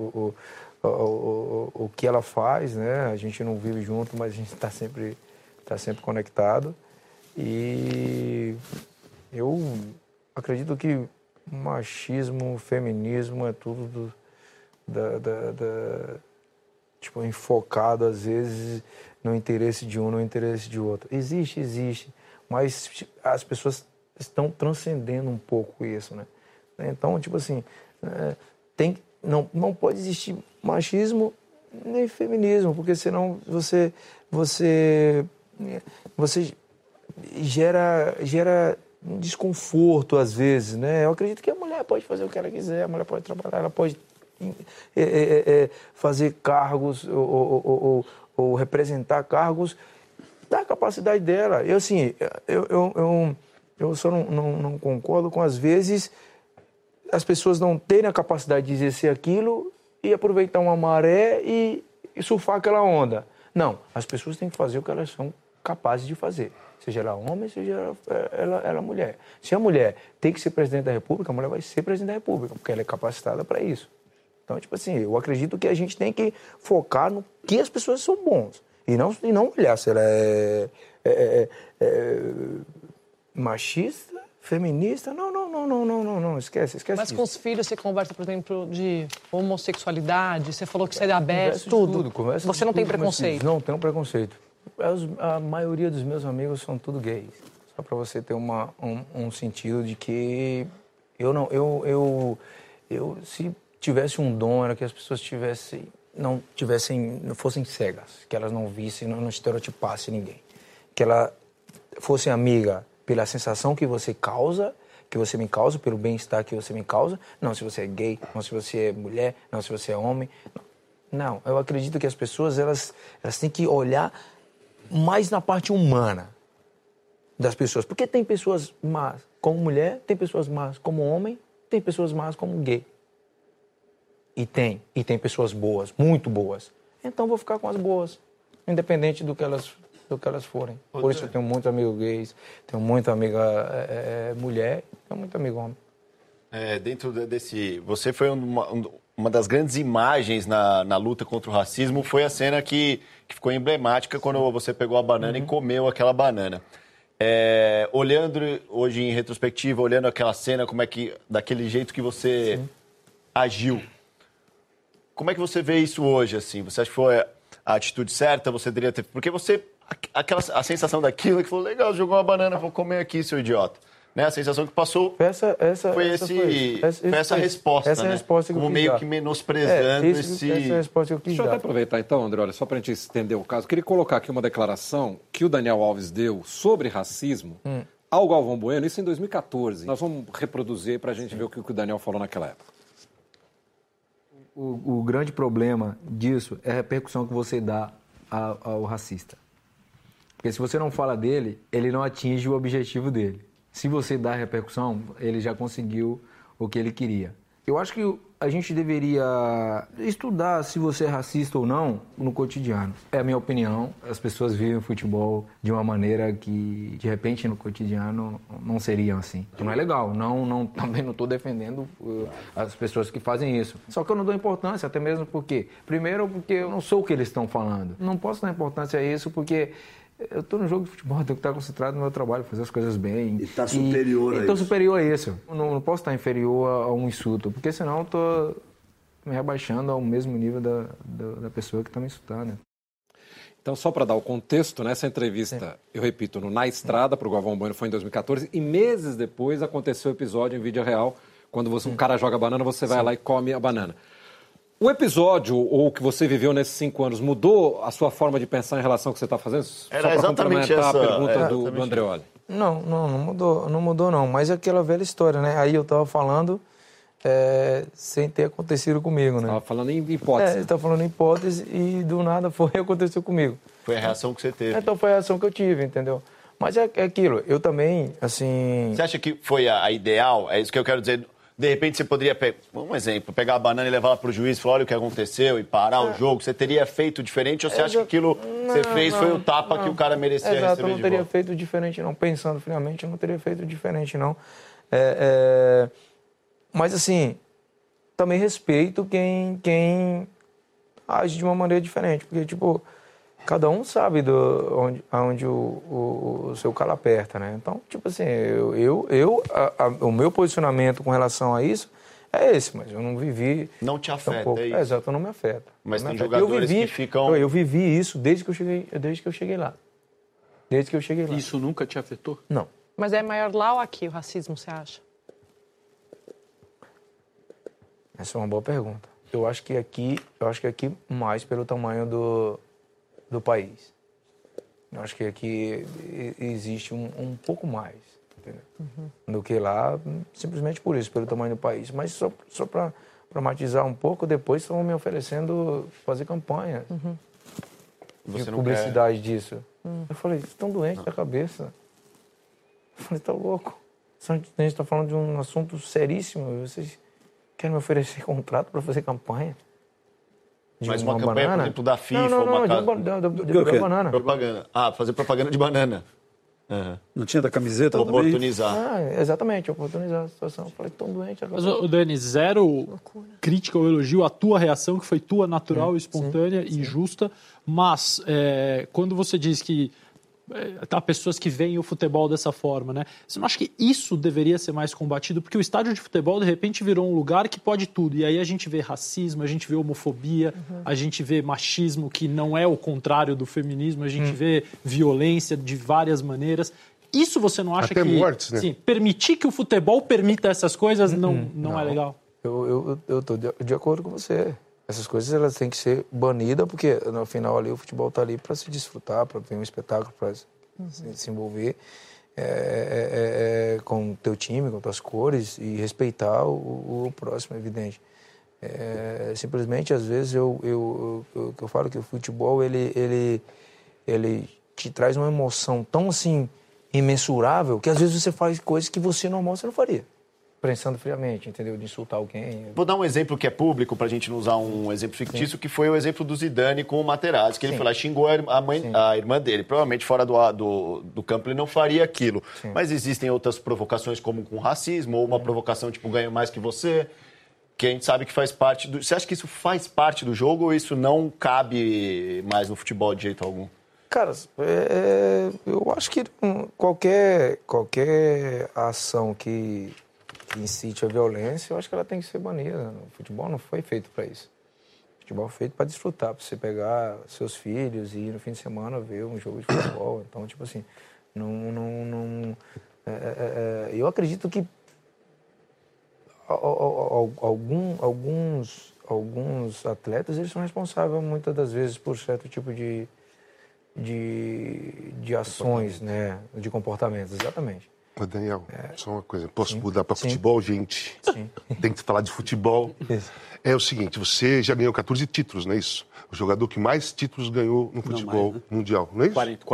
o que ela faz, né? A gente não vive junto, mas a gente está sempre conectado. E eu acredito que machismo, feminismo é tudo tipo, enfocado às vezes no interesse de um, no interesse de outro. Existe, mas as pessoas estão transcendendo um pouco isso, né? Então, tipo assim, não pode existir machismo nem feminismo, porque senão você gera um desconforto às vezes, né? Eu acredito que a mulher pode fazer o que ela quiser, a mulher pode trabalhar, ela pode fazer cargos ou representar cargos da capacidade dela. Eu só não concordo com, às vezes, as pessoas não terem a capacidade de exercer aquilo e aproveitar uma maré e surfar aquela onda. Não, as pessoas têm que fazer o que elas são capazes de fazer. Seja ela homem, seja ela mulher. Se a mulher tem que ser presidente da República, a mulher vai ser presidente da República, porque ela é capacitada para isso. Então, tipo assim, eu acredito que a gente tem que focar no que as pessoas são bons. E não olhar se ela Machista? Feminista? Não, esquece Mas isso. com os filhos você conversa, por exemplo, de homossexualidade, você falou que você é aberto, tudo. Você não tem preconceito? Não tenho preconceito. A maioria dos meus amigos são tudo gays. Só para você ter um sentido de que eu se tivesse um dom, era que as pessoas não fossem cegas, que elas não vissem, não estereotipassem ninguém. Que ela fosse amiga pela sensação que você me causa, pelo bem-estar que você me causa, não se você é gay, não se você é mulher, não se você é homem. Não, eu acredito que as pessoas elas têm que olhar mais na parte humana das pessoas. Porque tem pessoas más como mulher, tem pessoas más como homem, tem pessoas más como gay. E tem pessoas boas, muito boas. Então vou ficar com as boas, independente do que elas forem. Por isso eu tenho muitos amigos gays, tenho muita amiga mulher, tenho muito amigo homem. Dentro desse... Você foi uma das grandes imagens na luta contra o racismo, foi a cena que ficou emblemática quando você pegou a banana e comeu aquela banana. Olhando hoje em retrospectiva, olhando aquela cena, como é que, daquele jeito que você agiu, como é que você vê isso hoje, assim? Você acha que foi a atitude certa? Você deveria ter... Porque você... a sensação daquilo é que falou, legal, jogou uma banana, vou comer aqui, seu idiota. Né? A sensação que passou foi essa resposta, essa né? Resposta que como eu meio dar. que menosprezando essa resposta que eu quis Deixa eu dar. até aproveitar então, André, olha, só para a gente estender o caso, eu queria colocar aqui uma declaração que o Daniel Alves deu sobre racismo ao Galvão Bueno, isso em 2014. Nós vamos reproduzir para a gente ver o que o Daniel falou naquela época. O grande problema disso é a repercussão que você dá ao racista. Porque se você não fala dele, ele não atinge o objetivo dele. Se você dá repercussão, ele já conseguiu o que ele queria. Eu acho que a gente deveria estudar se você é racista ou não no cotidiano. É a minha opinião. As pessoas vivem o futebol de uma maneira que, de repente, no cotidiano não seriam assim. Não é legal. Também não estou defendendo as pessoas que fazem isso. Só que eu não dou importância, até mesmo porque... Primeiro, porque eu não sou o que eles estão falando. Não posso dar importância a isso porque... Eu estou no jogo de futebol, tenho que estar concentrado no meu trabalho, fazer as coisas bem. E está superior a isso. Estou superior a isso. Não posso estar inferior a um insulto, porque senão eu estou me rebaixando ao mesmo nível da pessoa que está me insultando. Então, só para dar o contexto, nessa entrevista, eu repito, no Na Estrada, para o Galvão Bueno, foi em 2014, e meses depois aconteceu o episódio em vídeo real, quando um cara joga a banana, você vai lá e come a banana. O episódio, ou o que você viveu nesses 5 anos, mudou a sua forma de pensar em relação ao que você está fazendo? Era só exatamente essa a pergunta do Andreoli. Não mudou não, mas é aquela velha história, né? Aí eu estava falando sem ter acontecido comigo, né? Estava falando em hipótese. Estava falando em hipótese e do nada aconteceu comigo. Foi a reação que você teve. Então foi a reação que eu tive, entendeu? Mas é aquilo, eu também, assim... Você acha que foi a ideal? É isso que eu quero dizer... De repente você poderia, um exemplo, pegar a banana e levar ela para o juiz e falar, olha o que aconteceu e parar o jogo. Você teria feito diferente ou você acha que aquilo que você fez foi o tapa que o cara merecia receber de volta? Exato, eu não teria feito diferente não. Pensando friamente, eu não teria feito diferente não. Mas assim, também respeito quem age de uma maneira diferente. Porque, tipo, cada um sabe aonde o seu calo aperta, né? Então, tipo assim, o meu posicionamento com relação a isso é esse, mas eu não vivi... Não te afeta, é isso? Exato, não me afeta. Mas tem jogadores que ficam... Eu vivi isso desde que eu cheguei lá. Desde que eu cheguei lá. Isso nunca te afetou? Não. Mas é maior lá ou aqui o racismo, você acha? Essa é uma boa pergunta. Eu acho que aqui mais pelo tamanho do país. Eu acho que aqui existe um pouco mais, entendeu? Do que lá, simplesmente por isso, pelo tamanho do país. Mas só para matizar um pouco, depois estão me oferecendo fazer campanha de publicidade disso. Eu falei, estão doentes da cabeça. Eu falei, tá louco. A gente está falando de um assunto seríssimo. Vocês querem me oferecer contrato para fazer campanha? Mas uma campanha, banana? por exemplo, da FIFA, de banana. Propaganda. Fazer propaganda de banana. Não tinha da camiseta também? Oportunizar. Exatamente, oportunizar a situação. Eu falei, tão doente. Mas, Dani, zero crítica ou elogio à tua reação, que foi tua, natural, espontânea e justa. Mas, quando você diz que Há pessoas que veem o futebol dessa forma, né? Você não acha que isso deveria ser mais combatido? Porque o estádio de futebol, de repente, virou um lugar que pode tudo. E aí a gente vê racismo, a gente vê homofobia, a gente vê machismo, que não é o contrário do feminismo, a gente vê violência de várias maneiras. Isso você não acha até que... mortes, né? Sim, permitir que o futebol permita essas coisas não é legal? Eu estou de acordo com você. Essas coisas elas têm que ser banidas, porque no final ali o futebol está ali para se desfrutar, para ter um espetáculo, para se envolver com o teu time, com tuas cores e respeitar o próximo, é evidente. Simplesmente, às vezes, eu falo que o futebol ele te traz uma emoção tão assim imensurável que às vezes você faz coisas que você normal você não faria. Pensando friamente, entendeu? De insultar alguém. Vou dar um exemplo que é público, para a gente não usar um exemplo fictício, que foi o exemplo do Zidane com o Materazzi, que ele foi lá, xingou a irmã dele. Provavelmente fora do campo ele não faria aquilo. Sim. Mas existem outras provocações, como com racismo, ou uma provocação tipo, ganho mais que você, que a gente sabe que faz parte do... Você acha que isso faz parte do jogo ou isso não cabe mais no futebol de jeito algum? Cara, eu acho que qualquer ação que incite a violência, eu acho que ela tem que ser banida. O futebol não foi feito para isso. O futebol foi feito para desfrutar, para você pegar seus filhos e ir no fim de semana ver um jogo de futebol. Então, tipo assim, eu acredito que alguns atletas eles são responsáveis muitas das vezes por certo tipo de ações, né, de comportamentos, exatamente. Daniel, só uma coisa. Posso mudar para futebol, gente? Sim. Tem que falar de futebol. Isso. É o seguinte, você já ganhou 14 títulos, não é isso? O jogador que mais títulos ganhou no futebol mundial, não é isso?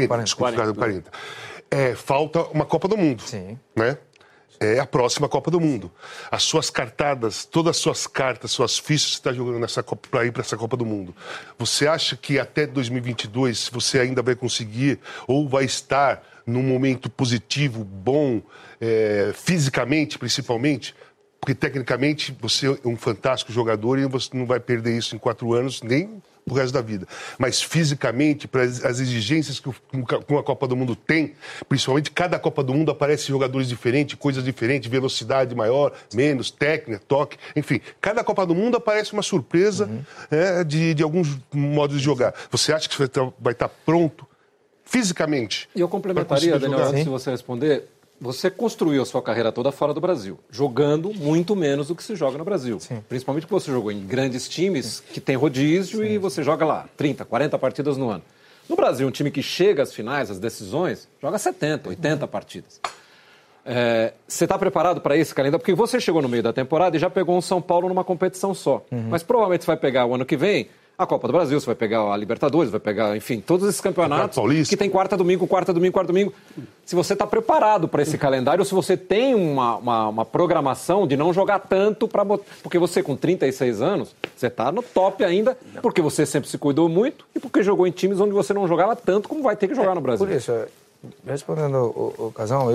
40. Falta uma Copa do Mundo. Sim. Né? É a próxima Copa do Mundo. As suas cartadas, todas as suas cartas, suas fichas, você está jogando nessa Copa para ir para essa Copa do Mundo. Você acha que até 2022 você ainda vai conseguir ou vai estar num momento positivo, bom, fisicamente principalmente? Porque tecnicamente você é um fantástico jogador e você não vai perder isso em 4 anos, nem pro resto da vida. Mas fisicamente, para as exigências que uma Copa do Mundo tem, principalmente cada Copa do Mundo aparecem jogadores diferentes, coisas diferentes, velocidade maior, menos, técnica, toque, enfim. Cada Copa do Mundo aparece uma surpresa de alguns modos de jogar. Você acha que você vai estar pronto fisicamente? E eu complementaria, Daniel, antes de você responder, você construiu a sua carreira toda fora do Brasil, jogando muito menos do que se joga no Brasil. Sim. Principalmente porque você jogou em grandes times que tem rodízio e você joga lá 30, 40 partidas no ano. No Brasil, um time que chega às finais, às decisões, joga 70, 80 partidas. Você está preparado para esse calendário? Porque você chegou no meio da temporada e já pegou um São Paulo numa competição só. Mas provavelmente você vai pegar o ano que vem a Copa do Brasil, você vai pegar a Libertadores, vai pegar, enfim, todos esses campeonatos que tem quarta, domingo. Se você está preparado para esse calendário ou se você tem uma programação de não jogar tanto, porque você com 36 anos, você está no top ainda, porque você sempre se cuidou muito e porque jogou em times onde você não jogava tanto como vai ter que jogar no Brasil. Por isso, respondendo o Casão,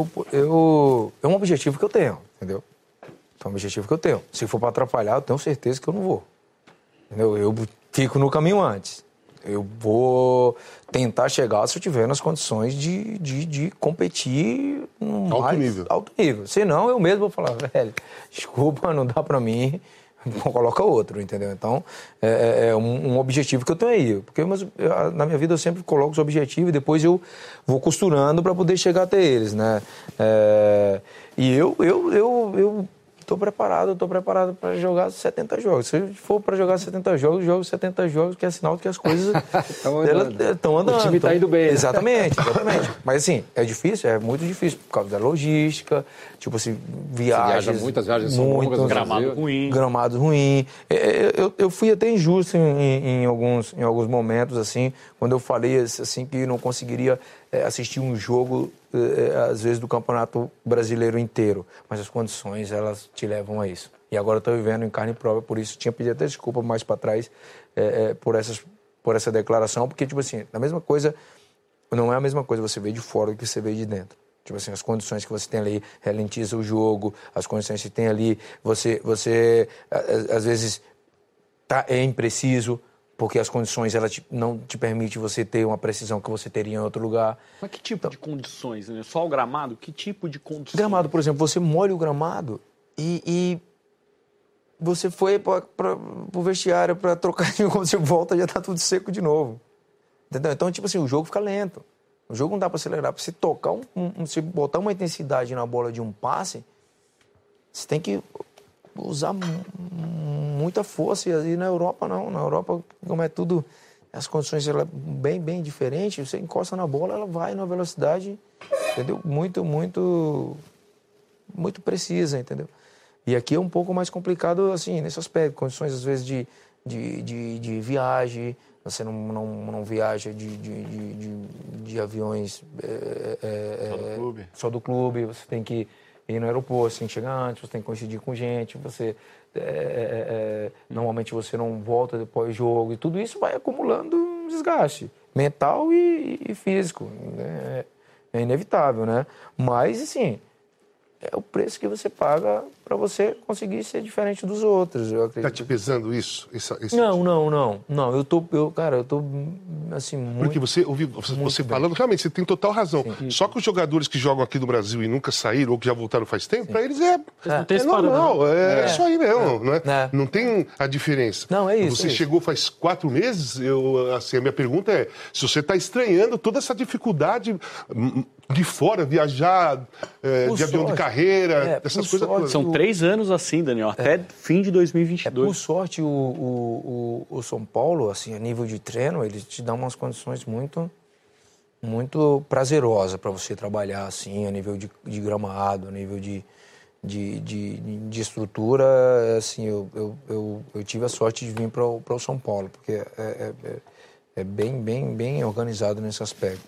é um objetivo que eu tenho, entendeu? É um objetivo que eu tenho. Se for para atrapalhar, eu tenho certeza que eu não vou. Entendeu? Eu fico no caminho antes. Eu vou tentar chegar se eu tiver nas condições de competir alto nível. Senão, eu mesmo vou falar, velho, desculpa, não dá pra mim, coloca outro, entendeu? Então, é um objetivo que eu tenho aí. Porque na minha vida eu sempre coloco os objetivos e depois eu vou costurando para poder chegar até eles, né? E eu estou preparado para jogar 70 jogos. Se for para jogar 70 jogos, jogo 70 jogos, que é sinal de que as coisas estão andando. O time está indo bem. Exatamente. Mas assim, é difícil, é muito difícil, por causa da logística, tipo assim, viagens. Muitas viagens são longas, gramado ruim. Eu fui até injusto em alguns momentos, assim, quando eu falei assim, que não conseguiria assistir um jogo, às vezes, do Campeonato Brasileiro inteiro. Mas as condições, elas te levam a isso. E agora eu estou vivendo em carne própria, por isso tinha pedido até desculpa mais para trás por essa declaração, porque, tipo assim, não é a mesma coisa você ver de fora do que você vê de dentro. Tipo assim, as condições que você tem ali ralentiza o jogo, as condições que tem ali, você às vezes é impreciso, porque as condições não te permitem você ter uma precisão que você teria em outro lugar. Mas que tipo de condições, né? Só o gramado? Que tipo de condições? Gramado, por exemplo, você molha o gramado e você foi para o vestiário para trocar, quando você volta já está tudo seco de novo. Entendeu? Então, tipo assim, o jogo fica lento. O jogo não dá para acelerar. Para você tocar, você botar uma intensidade na bola de um passe, você tem que usar muita força. E na Europa, não. Na Europa, como é tudo, as condições bem diferentes, você encosta na bola, ela vai numa velocidade, entendeu? Muito precisa, entendeu? E aqui é um pouco mais complicado, assim, nesse aspecto. Condições, às vezes, de viagem. Você não viaja de aviões só do clube. Você tem que ir no aeroporto, você tem que chegar antes, você tem que coincidir com gente. Normalmente você não volta depois do jogo. E tudo isso vai acumulando um desgaste mental e físico. Né? É inevitável, né? Mas, assim, é o preço que você paga para você conseguir ser diferente dos outros, eu acredito. Tá te pesando isso? Não. Eu tô assim, muito... Porque você falando, realmente, você tem total razão. Sim. Só que os jogadores que jogam aqui no Brasil e nunca saíram ou que já voltaram faz tempo, para eles é normal, é isso aí mesmo, não é? Não tem a diferença. Não, é isso. Você chegou faz 4 meses, a minha pergunta é se você está estranhando toda essa dificuldade de fora, viajar de avião de carreira, essas coisas todas. São 3 anos assim, Daniel, até fim de 2022. Por sorte, o São Paulo, assim, a nível de treino, ele te dá umas condições muito prazerosas para você trabalhar, assim, a nível de gramado, a nível de estrutura. Assim, eu tive a sorte de vir para o São Paulo, porque é bem organizado nesse aspecto.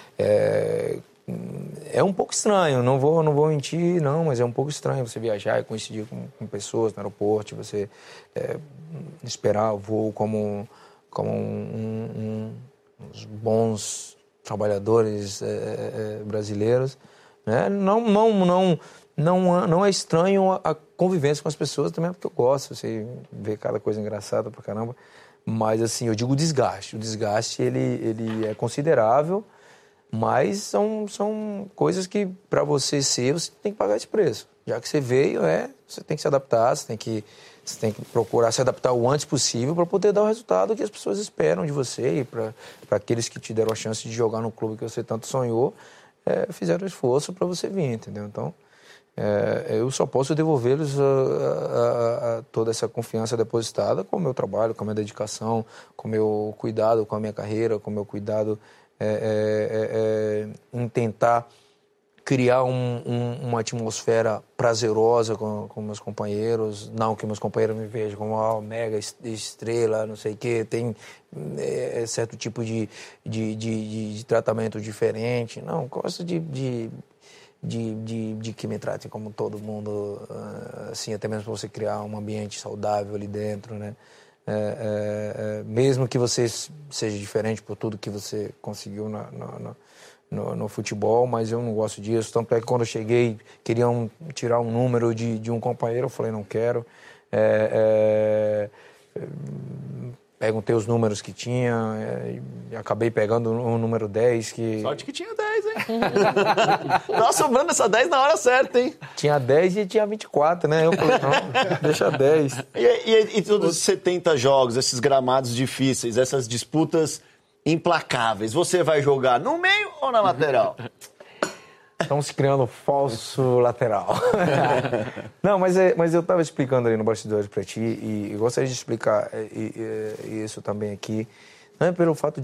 É um pouco estranho, não vou mentir, não, mas é um pouco estranho você viajar e coincidir com pessoas no aeroporto, você esperar o voo como uns bons trabalhadores brasileiros, né? Não é estranho a convivência com as pessoas também, porque eu gosto, você vê cada coisa engraçada pra caramba, mas assim, eu digo o desgaste ele é considerável. Mas são coisas que, para você tem que pagar esse preço. Já que você veio, você tem que se adaptar, você tem que procurar se adaptar o antes possível para poder dar o resultado que as pessoas esperam de você e para aqueles que te deram a chance de jogar no clube que você tanto sonhou, fizeram esforço para você vir, entendeu? Então, eu só posso devolver-lhes toda essa confiança depositada com o meu trabalho, com a minha dedicação, com o meu cuidado com a minha carreira, com o meu cuidado em tentar criar uma atmosfera prazerosa com meus companheiros, não que meus companheiros me vejam como uma mega estrela, não sei o quê, tem certo tipo de tratamento diferente, não, gosto de que me tratem como todo mundo, assim, até mesmo para você criar um ambiente saudável ali dentro, né? Mesmo que você seja diferente por tudo que você conseguiu no futebol, mas eu não gosto disso. Tanto é que quando eu cheguei, queriam tirar um número de um companheiro, eu falei, não quero. Perguntei os números que tinha e acabei pegando o número 10. Sorte que tinha 10, hein? Tava sobrando essa 10 na hora certa, hein? Tinha 10 e tinha 24, né? Eu falei, não, deixa 10. E todos os 70 jogos, esses gramados difíceis, essas disputas implacáveis, você vai jogar no meio ou na lateral? Estamos criando falso lateral. Não, mas eu estava explicando ali no bastidores para ti e eu gostaria de explicar isso também aqui. Não é pelo fato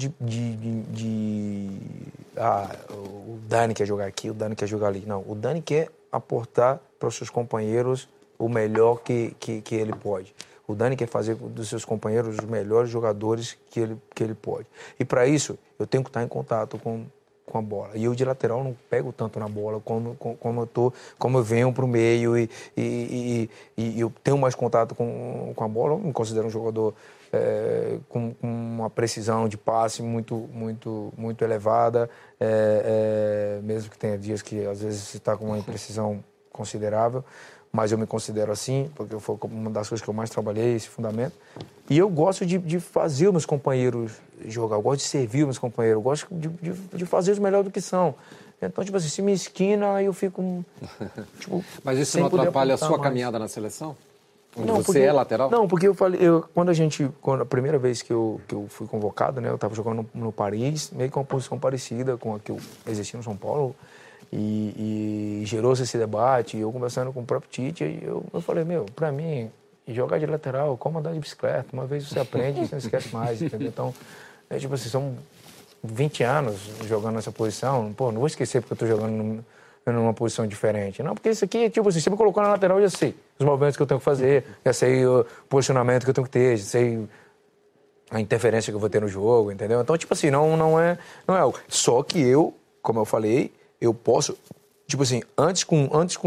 o Dani quer jogar aqui, o Dani quer jogar ali. Não, o Dani quer aportar para os seus companheiros o melhor que ele pode. O Dani quer fazer dos seus companheiros os melhores jogadores que ele pode. E para isso, eu tenho que estar em contato com a bola. E eu de lateral não pego tanto na bola como eu venho para o meio e eu tenho mais contato com a bola. Eu me considero um jogador com uma precisão de passe muito elevada, mesmo que tenha dias que às vezes você está com uma imprecisão considerável, mas eu me considero assim, porque foi uma das coisas que eu mais trabalhei, esse fundamento. E eu gosto de fazer os meus companheiros jogar, eu gosto de servir os meus companheiros, eu gosto de fazer os melhor do que são. Então, tipo assim, se me esquina, aí eu fico... Tipo, mas isso não atrapalha a sua caminhada na seleção? Onde você é lateral? Não, porque eu falei, quando a primeira vez que eu fui convocado, né, eu estava jogando no Paris, meio com uma posição parecida com a que eu exercia no São Paulo, e gerou-se esse debate, e eu conversando com o próprio Tite, eu falei, pra mim, jogar de lateral, como andar de bicicleta, uma vez você aprende, você não esquece mais, entendeu? Então, tipo assim, são 20 anos jogando nessa posição, não vou esquecer porque eu estou jogando numa posição diferente. Não, porque isso aqui, tipo assim, você me colocou na lateral, eu já sei os movimentos que eu tenho que fazer, já sei o posicionamento que eu tenho que ter, já sei a interferência que eu vou ter no jogo, entendeu? Então, tipo assim, não é algo. Só que eu, como eu falei, eu posso, tipo assim, antes com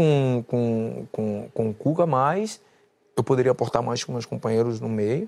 o Cuca mais, eu poderia aportar mais com meus companheiros no meio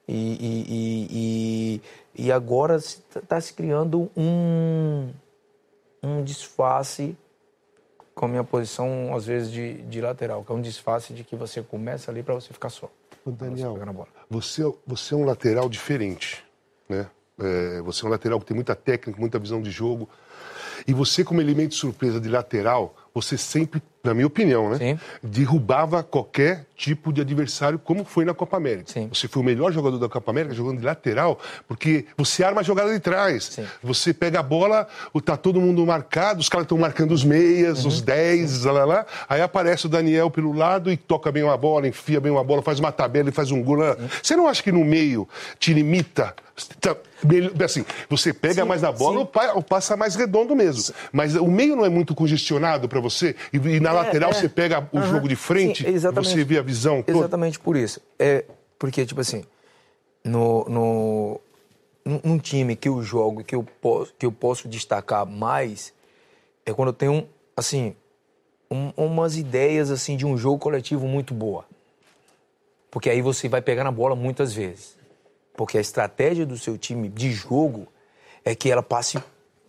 e agora está se criando um disfarce com a minha posição, às vezes, de lateral, que é um disfarce de que você começa ali para você ficar só. Daniel, você é um lateral diferente, né? Você é um lateral que tem muita técnica, muita visão de jogo. E você, como elemento de surpresa de lateral, você sempre, na minha opinião, né? Sim. Derrubava qualquer tipo de adversário, como foi na Copa América. Sim. Você foi o melhor jogador da Copa América jogando de lateral, porque você arma a jogada de trás. Sim. Você pega a bola, tá todo mundo marcado, os caras estão marcando os meias, os 10, lá. Aí aparece o Daniel pelo lado e toca bem uma bola, enfia bem uma bola, faz uma tabela e faz um gol. Você não acha que no meio te limita? Assim, você pega mais na bola ou passa mais redondo mesmo. Mas o meio não é muito congestionado para você? E na lateral você pega o jogo de frente, sim, você vê a visão toda? Exatamente por isso. Porque, tipo assim, num time que eu jogo, que eu posso destacar mais, é quando eu tenho, assim, umas ideias, assim, de um jogo coletivo muito boa. Porque aí você vai pegar na bola muitas vezes. Porque a estratégia do seu time de jogo é que ela passe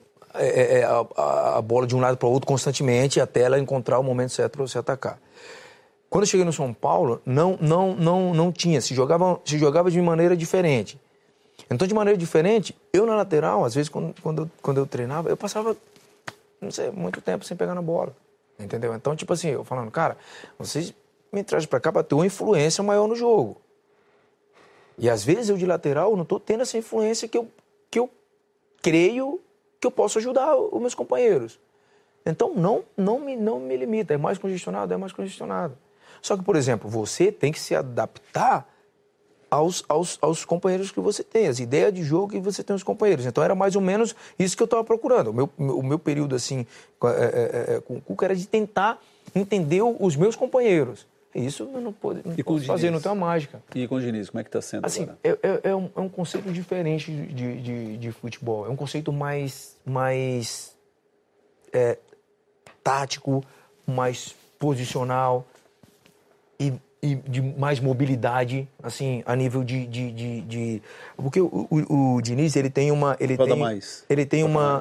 a bola de um lado para o outro constantemente até ela encontrar o momento certo para você atacar. Quando eu cheguei no São Paulo, não tinha. Se jogava de maneira diferente. Então, de maneira diferente, eu na lateral, às vezes, quando eu treinava, eu passava, não sei, muito tempo sem pegar na bola. Entendeu? Então, tipo assim, eu falando, cara, vocês me trazem para cá para ter uma influência maior no jogo. E às vezes eu de lateral não estou tendo essa influência que eu creio que eu posso ajudar os meus companheiros. Então não me limita, é mais congestionado. Só que, por exemplo, você tem que se adaptar aos companheiros que você tem, as ideias de jogo que você tem os companheiros. Então era mais ou menos isso que eu estava procurando. O meu período assim com o Cuca era de tentar entender os meus companheiros. Isso eu não posso fazer, não tem uma mágica. E com o Diniz, como é que está sendo assim, agora? É um conceito diferente de futebol. É um conceito mais tático, mais posicional e de mais mobilidade, assim, a nível de... Porque o Diniz, ele tem uma... Ele tem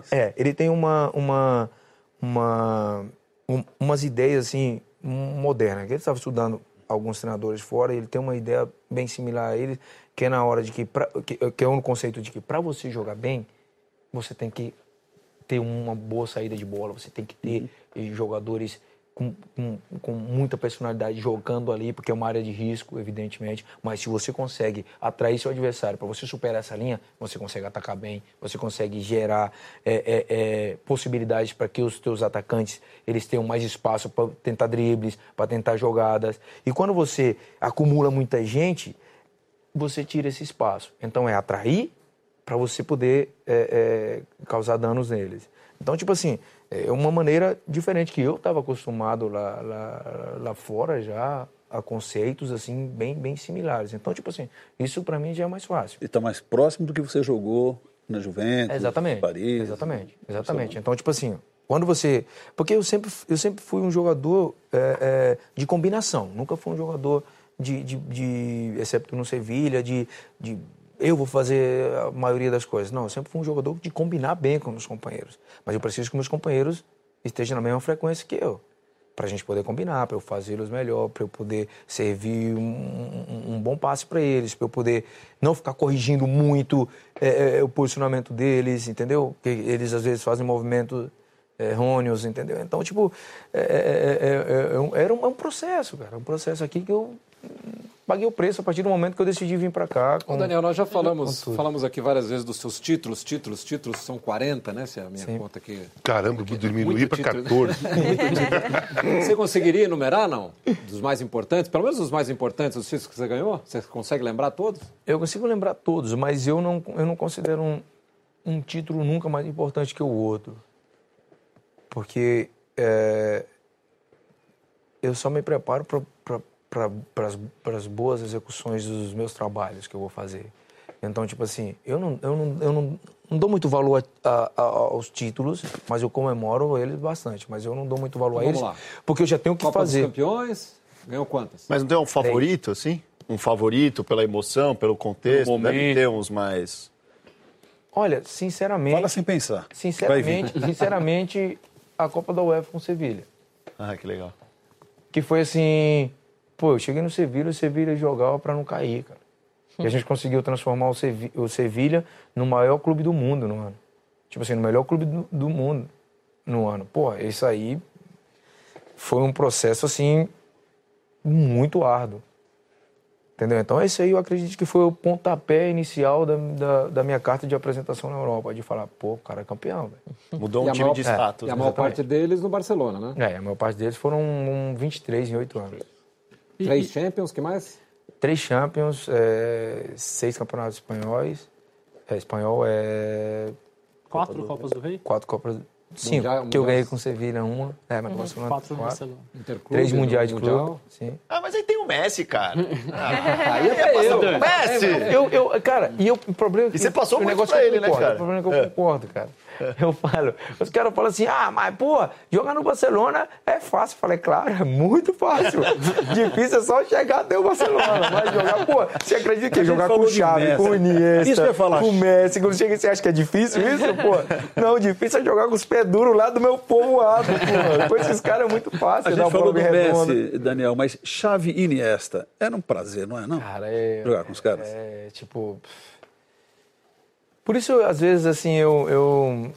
umas ideias, assim, modernas. Ele estava estudando alguns treinadores fora e ele tem uma ideia bem similar a ele, que é na hora de que é um conceito de que para você jogar bem, você tem que ter uma boa saída de bola, você tem que ter jogadores com muita personalidade jogando ali, porque é uma área de risco, evidentemente, mas se você consegue atrair seu adversário para você superar essa linha, você consegue atacar bem, você consegue gerar possibilidades para que os teus atacantes eles tenham mais espaço para tentar dribles, para tentar jogadas. E quando você acumula muita gente, você tira esse espaço. Então é atrair para você poder causar danos neles. Então, tipo assim, é uma maneira diferente que eu estava acostumado lá fora já a conceitos assim bem similares. Então, tipo assim, isso para mim já é mais fácil. E está mais próximo do que você jogou na Juventus, Paris. Exatamente. Então, tipo assim, quando você... Porque eu sempre fui um jogador de combinação. Nunca fui um jogador exceto no Sevilha, eu vou fazer a maioria das coisas. Não, eu sempre fui um jogador de combinar bem com os meus companheiros. Mas eu preciso que meus companheiros estejam na mesma frequência que eu. para a gente poder combinar, para eu fazê-los melhor, para eu poder servir um bom passe para eles, para eu poder não ficar corrigindo muito o posicionamento deles, entendeu? Porque eles às vezes fazem movimentos errôneos, entendeu? Então, tipo, era um processo, cara, um processo aqui que eu paguei o preço a partir do momento que eu decidi vir para cá. Daniel, nós já falamos aqui várias vezes dos seus títulos são 40, né? Se é a minha conta aqui. Caramba, vou diminuir para 14. Você conseguiria enumerar, não? Dos mais importantes? Pelo menos os mais importantes, os títulos que você ganhou? Você consegue lembrar todos? Eu consigo lembrar todos, mas eu não considero um título nunca mais importante que o outro. Porque eu só me preparo para as boas execuções dos meus trabalhos que eu vou fazer. Então, tipo assim, eu não dou muito valor aos títulos, mas eu comemoro eles bastante. Mas eu não dou muito valor a eles, porque eu já tenho que Copa fazer. Dos Campeões, ganhou quantas? Mas não tem um favorito, assim? Um favorito pela emoção, pelo contexto? Deve ter uns mais... Olha, sinceramente... Fala sem pensar. Sinceramente, a Copa da UEFA com o Sevilha. Ah, que legal. Que foi assim... Pô, eu cheguei no Sevilha, o Sevilha jogava para não cair, cara. E a gente conseguiu transformar o Sevilha no maior clube do mundo no ano. Tipo assim, no melhor clube do mundo no ano. Pô, isso aí foi um processo, assim, muito árduo. Entendeu? Então, esse aí eu acredito que foi o pontapé inicial da minha carta de apresentação na Europa. De falar, pô, o cara é campeão, velho. Mudou um time de status. E a maior parte deles no Barcelona, né? A maior parte deles foram 23 em 8 anos. 3 Champions, que mais? 3 Champions, 6 campeonatos espanhóis. Espanhol é... 4 Copas do Rei? 4 Copas... 5, que eu ganhei com o Sevilha, 1. Mas no Barcelona, 4 no Barcelona. 3 mundiais de clube. Sim. Ah, mas aí tem o Messi, cara. Aí é eu. Messi! Cara, o problema é que... E você passou o muito negócio pra que ele, né, cara? O problema é que eu concordo, cara. Eu falo, os caras falam assim, mas, pô, jogar no Barcelona é fácil. Eu falei, claro, é muito fácil. Difícil é só chegar até o Barcelona. Mas jogar, pô, você acredita que jogar com o Xavi, com o Iniesta, com o Messi, quando chega, você acha que é difícil isso, pô? Não, difícil é jogar com os pés duros lá do meu povoado, pô. Com esses caras é muito fácil. A gente falou do Messi, Daniel, mas Xavi e Iniesta, era um prazer, não é, não? Cara, jogar com os caras. Tipo... Por isso, às vezes, assim, eu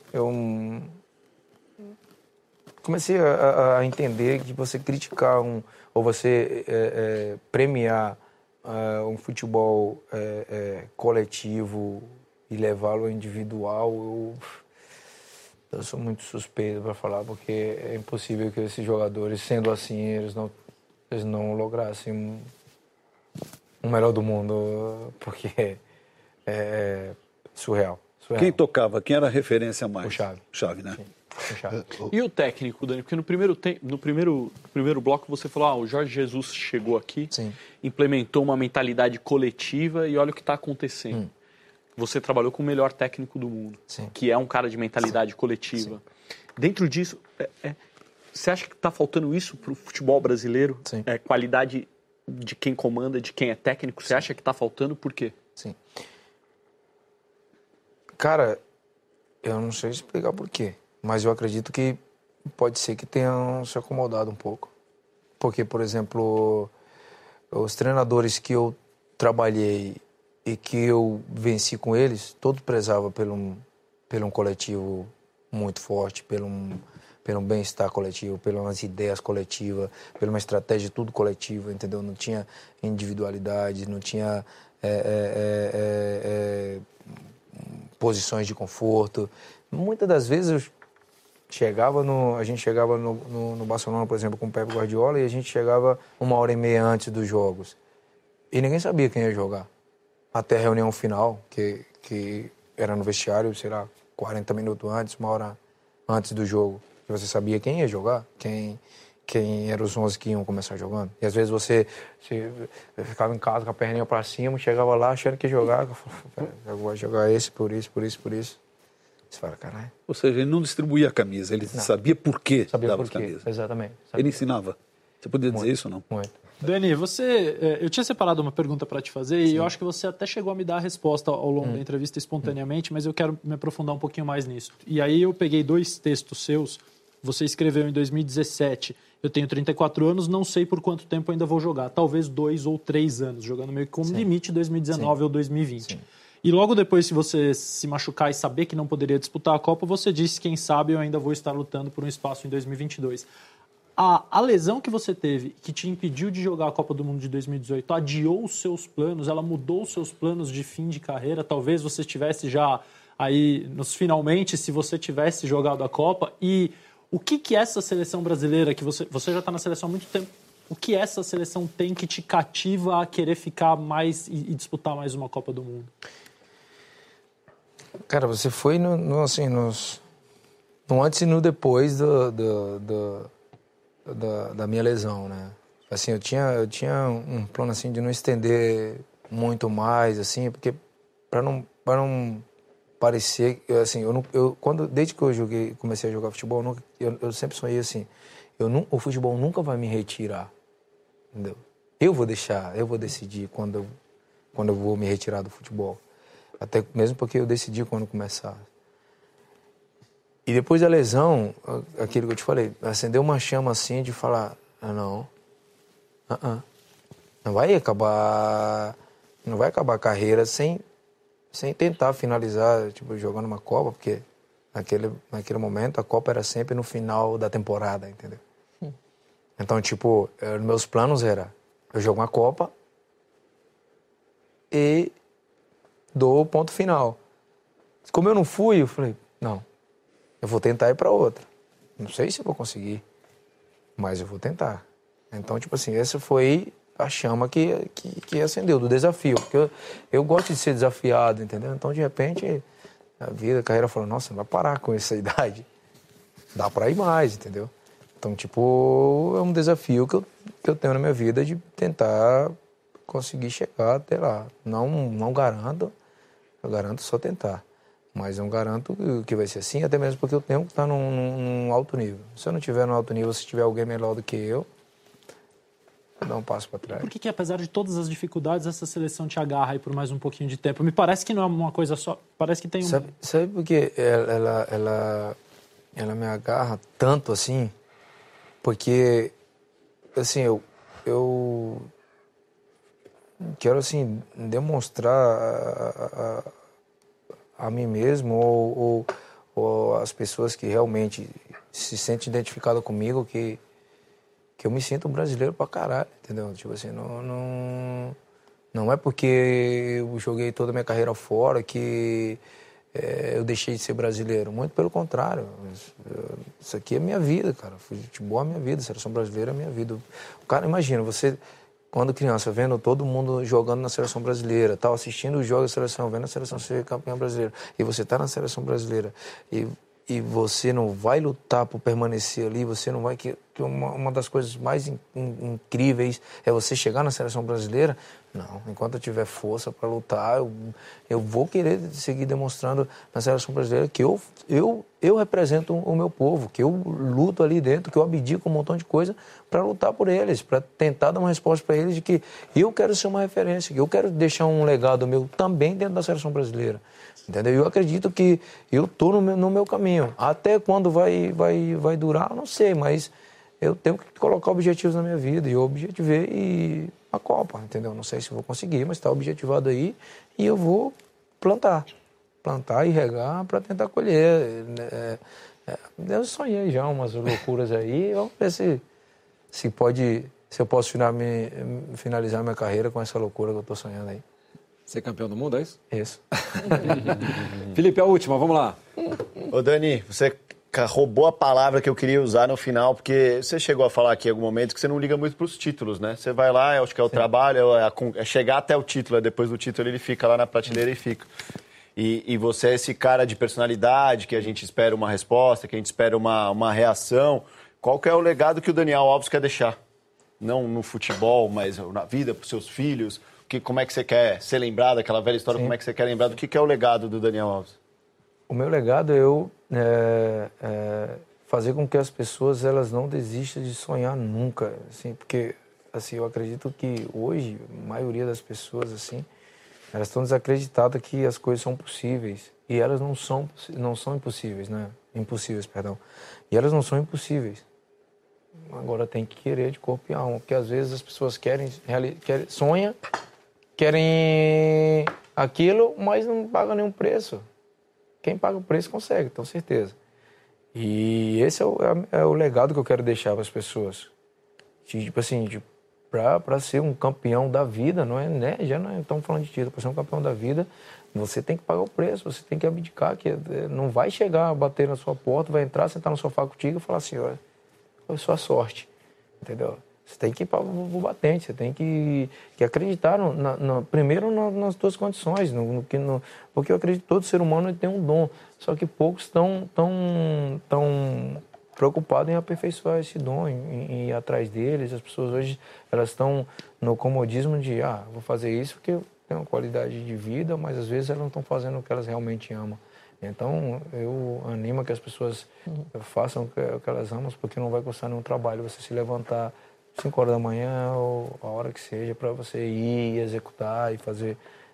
comecei a entender que você criticar ou você premiar um futebol coletivo e levá-lo ao individual, eu sou muito suspeito para falar, porque é impossível que esses jogadores, sendo assim, eles não lograssem o melhor do mundo, porque é surreal. Quem tocava? Quem era a referência mais? O Xavi. Xavi, né? E o técnico, Dani? Porque no primeiro bloco você falou, o Jorge Jesus chegou aqui, implementou uma mentalidade coletiva e olha o que está acontecendo. Você trabalhou com o melhor técnico do mundo, que é um cara de mentalidade coletiva. Dentro disso, você acha que está faltando isso para o futebol brasileiro? Qualidade de quem comanda, de quem é técnico? Você acha que está faltando? Por quê? Sim. Cara, eu não sei explicar por quê, mas eu acredito que pode ser que tenham se acomodado um pouco. Porque, por exemplo, os treinadores que eu trabalhei e que eu venci com eles, todos prezavam por um coletivo muito forte, pelo bem-estar coletivo, pelas ideias coletivas, pela uma estratégia tudo coletiva, entendeu? Não tinha individualidade, não tinha... posições de conforto. Muitas das vezes a gente chegava no Barcelona, por exemplo, com o Pep Guardiola, e a gente chegava 1h30 antes dos jogos. E ninguém sabia quem ia jogar. Até a reunião final, que era no vestiário, sei lá, 40 minutos antes, 1 hora antes do jogo. E você sabia quem ia jogar, quem eram os 11 que iam começar jogando. E às vezes você ficava em casa com a perninha pra cima, chegava lá achando que ia jogar. Eu vou jogar esse, por isso. Você fala, caralho. Ou seja, ele não distribuía a camisa, ele sabia por que dava a camisa. Exatamente. Ele ensinava. Você podia dizer isso ou não? Muito. Dani, eu tinha separado uma pergunta para te fazer e eu acho que você até chegou a me dar a resposta ao longo da entrevista espontaneamente, mas eu quero me aprofundar um pouquinho mais nisso. E aí eu peguei 2 textos seus. Você escreveu em 2017, Eu tenho 34 anos, não sei por quanto tempo ainda vou jogar. Talvez 2 ou 3 anos, jogando meio que como limite 2019 ou 2020. Sim. E logo depois, se você se machucar e saber que não poderia disputar a Copa, você disse, quem sabe eu ainda vou estar lutando por um espaço em 2022. A lesão que você teve, que te impediu de jogar a Copa do Mundo de 2018, adiou os seus planos, ela mudou os seus planos de fim de carreira? Talvez você estivesse já aí, nos finalmente, se você tivesse jogado a Copa. E o que essa seleção brasileira, que você já está na seleção há muito tempo, o que essa seleção tem que te cativa a querer ficar mais e disputar mais uma Copa do Mundo? Cara, você foi no antes e no depois da minha lesão, né? Assim, eu tinha um plano assim de não estender muito mais, assim, porque para não parecer, assim, desde que eu comecei a jogar futebol, eu sempre sonhei assim, o futebol nunca vai me retirar, entendeu? Eu vou decidir quando eu vou me retirar do futebol. Até mesmo porque eu decidi quando começar. E depois da lesão, aquilo que eu te falei, acendeu uma chama assim de falar, não vai acabar a carreira sem tentar finalizar, tipo, jogando uma Copa, porque naquele momento a Copa era sempre no final da temporada, entendeu? Então, tipo, meus planos era, eu jogo uma Copa e dou o ponto final. Como eu não fui, eu falei, não, eu vou tentar ir para outra. Não sei se eu vou conseguir, mas eu vou tentar. Então, tipo assim, essa foi a chama que acendeu, do desafio. Porque eu gosto de ser desafiado, entendeu? Então, de repente, a carreira falou, nossa, não vai parar com essa idade. Dá para ir mais, entendeu? Então, tipo, é um desafio que eu tenho na minha vida de tentar conseguir chegar até lá. Não garanto, eu garanto só tentar. Mas não garanto que vai ser assim, até mesmo porque eu tenho que estar num alto nível. Se eu não estiver no alto nível, se tiver alguém melhor do que eu dar um passo para trás. Por que, apesar de todas as dificuldades, essa seleção te agarra aí por mais um pouquinho de tempo? Me parece que não é uma coisa só, parece que tem um... Sabe por que ela me agarra tanto assim? Porque, assim, eu quero, assim, demonstrar a mim mesmo ou as pessoas que realmente se sentem identificadas comigo que eu me sinto brasileiro pra caralho, entendeu? Tipo assim, não é porque eu joguei toda a minha carreira fora que eu deixei de ser brasileiro. Muito pelo contrário. Isso aqui é minha vida, cara. Futebol é minha vida, seleção brasileira é minha vida. Cara, imagina, você, quando criança, vendo todo mundo jogando na seleção brasileira, tal, assistindo os jogos da seleção, vendo a seleção ser campeã brasileira, e você tá na seleção brasileira, e você não vai lutar por permanecer ali, você não vai... que uma das coisas mais incríveis é você chegar na seleção brasileira. Não, enquanto eu tiver força para lutar, eu vou querer seguir demonstrando na seleção brasileira que eu represento o meu povo, que eu luto ali dentro, que eu abdico um montão de coisa para lutar por eles, para tentar dar uma resposta para eles de que eu quero ser uma referência, que eu quero deixar um legado meu também dentro da seleção brasileira. Entendeu? Eu acredito que eu estou no meu caminho. Até quando vai durar, eu não sei, mas eu tenho que colocar objetivos na minha vida. E eu objetivei a Copa, entendeu? Não sei se vou conseguir, mas está objetivado aí e eu vou plantar e regar para tentar colher. Eu sonhei já umas loucuras aí. Vamos ver se eu posso finalizar minha carreira com essa loucura que eu estou sonhando aí. Ser campeão do mundo, é isso? Isso. Felipe, a última, vamos lá. Ô, Dani, você roubou a palavra que eu queria usar no final, porque você chegou a falar aqui em algum momento que você não liga muito para os títulos, né? Você vai lá, acho que é o trabalho, é chegar até o título, depois do título ele fica lá na prateleira e fica. E você é esse cara de personalidade, que a gente espera uma resposta, que a gente espera uma reação. Qual que é o legado que o Daniel Alves quer deixar? Não no futebol, mas na vida, para os seus filhos. Como é que você quer ser lembrado, aquela velha história, Sim. Como é que você quer lembrar do que é o legado do Daniel Alves? O meu legado é fazer com que as pessoas elas não desistam de sonhar nunca, assim, porque assim, eu acredito que hoje a maioria das pessoas assim, elas estão desacreditadas que as coisas são possíveis e elas não são impossíveis, né? Impossíveis, perdão. E elas não são impossíveis. Agora tem que querer de corpo e alma, porque às vezes as pessoas sonham, querem aquilo, mas não pagam nenhum preço. Quem paga o preço consegue, tenho certeza. E esse é o legado que eu quero deixar para as pessoas. Tipo assim, para ser um campeão da vida, não é, né? Já não estamos falando de título, para ser um campeão da vida, você tem que pagar o preço, você tem que abdicar, que não vai chegar, bater na sua porta, vai entrar, sentar no sofá contigo e falar assim, olha, foi sua sorte, entendeu? Você tem que ir para o batente, você tem que acreditar primeiro nas suas condições, porque eu acredito que todo ser humano tem um dom, só que poucos estão tão preocupados em aperfeiçoar esse dom, em ir atrás deles. As pessoas hoje elas estão no comodismo de, vou fazer isso porque eu tenho uma qualidade de vida, mas às vezes elas não estão fazendo o que elas realmente amam. Então, eu animo que as pessoas façam o que elas amam, porque não vai custar nenhum trabalho você se levantar 5 horas da manhã ou a hora que seja para você ir executar e fazer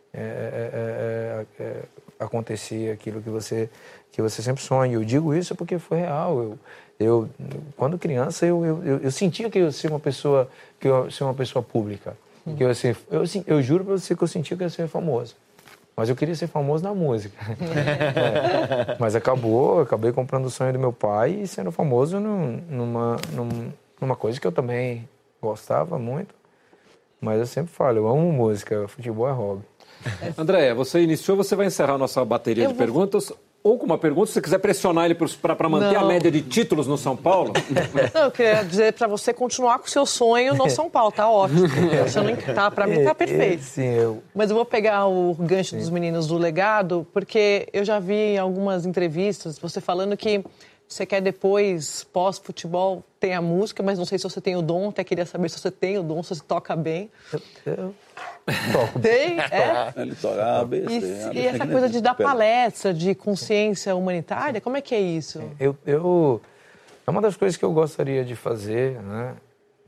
acontecer aquilo que você sempre sonha. Eu digo isso porque foi real. Eu quando criança, eu sentia que eu ia ser uma pessoa, pública. Eu juro para você que eu sentia que eu ia ser famoso. Mas eu queria ser famoso na música. Mas acabei comprando o sonho do meu pai e sendo famoso numa coisa que eu também gostava muito. Mas eu sempre falo, eu amo música, futebol é hobby. Andréia, você iniciou, você vai encerrar a nossa bateria de perguntas. Ou com uma pergunta, se você quiser pressionar ele para manter a média de títulos no São Paulo. Não, eu queria dizer para você continuar com o seu sonho no São Paulo, tá ótimo. Para mim tá perfeito. Mas eu vou pegar o gancho dos meninos do legado, porque eu já vi em algumas entrevistas você falando que você quer depois, pós-futebol, ter a música, mas não sei se você tem o dom, até queria saber se você tem o dom, se você toca bem. Eu toco. Tem? Ele toca E essa coisa de dar palestra, de consciência humanitária, como é que é isso? É uma das coisas que eu gostaria de fazer, né?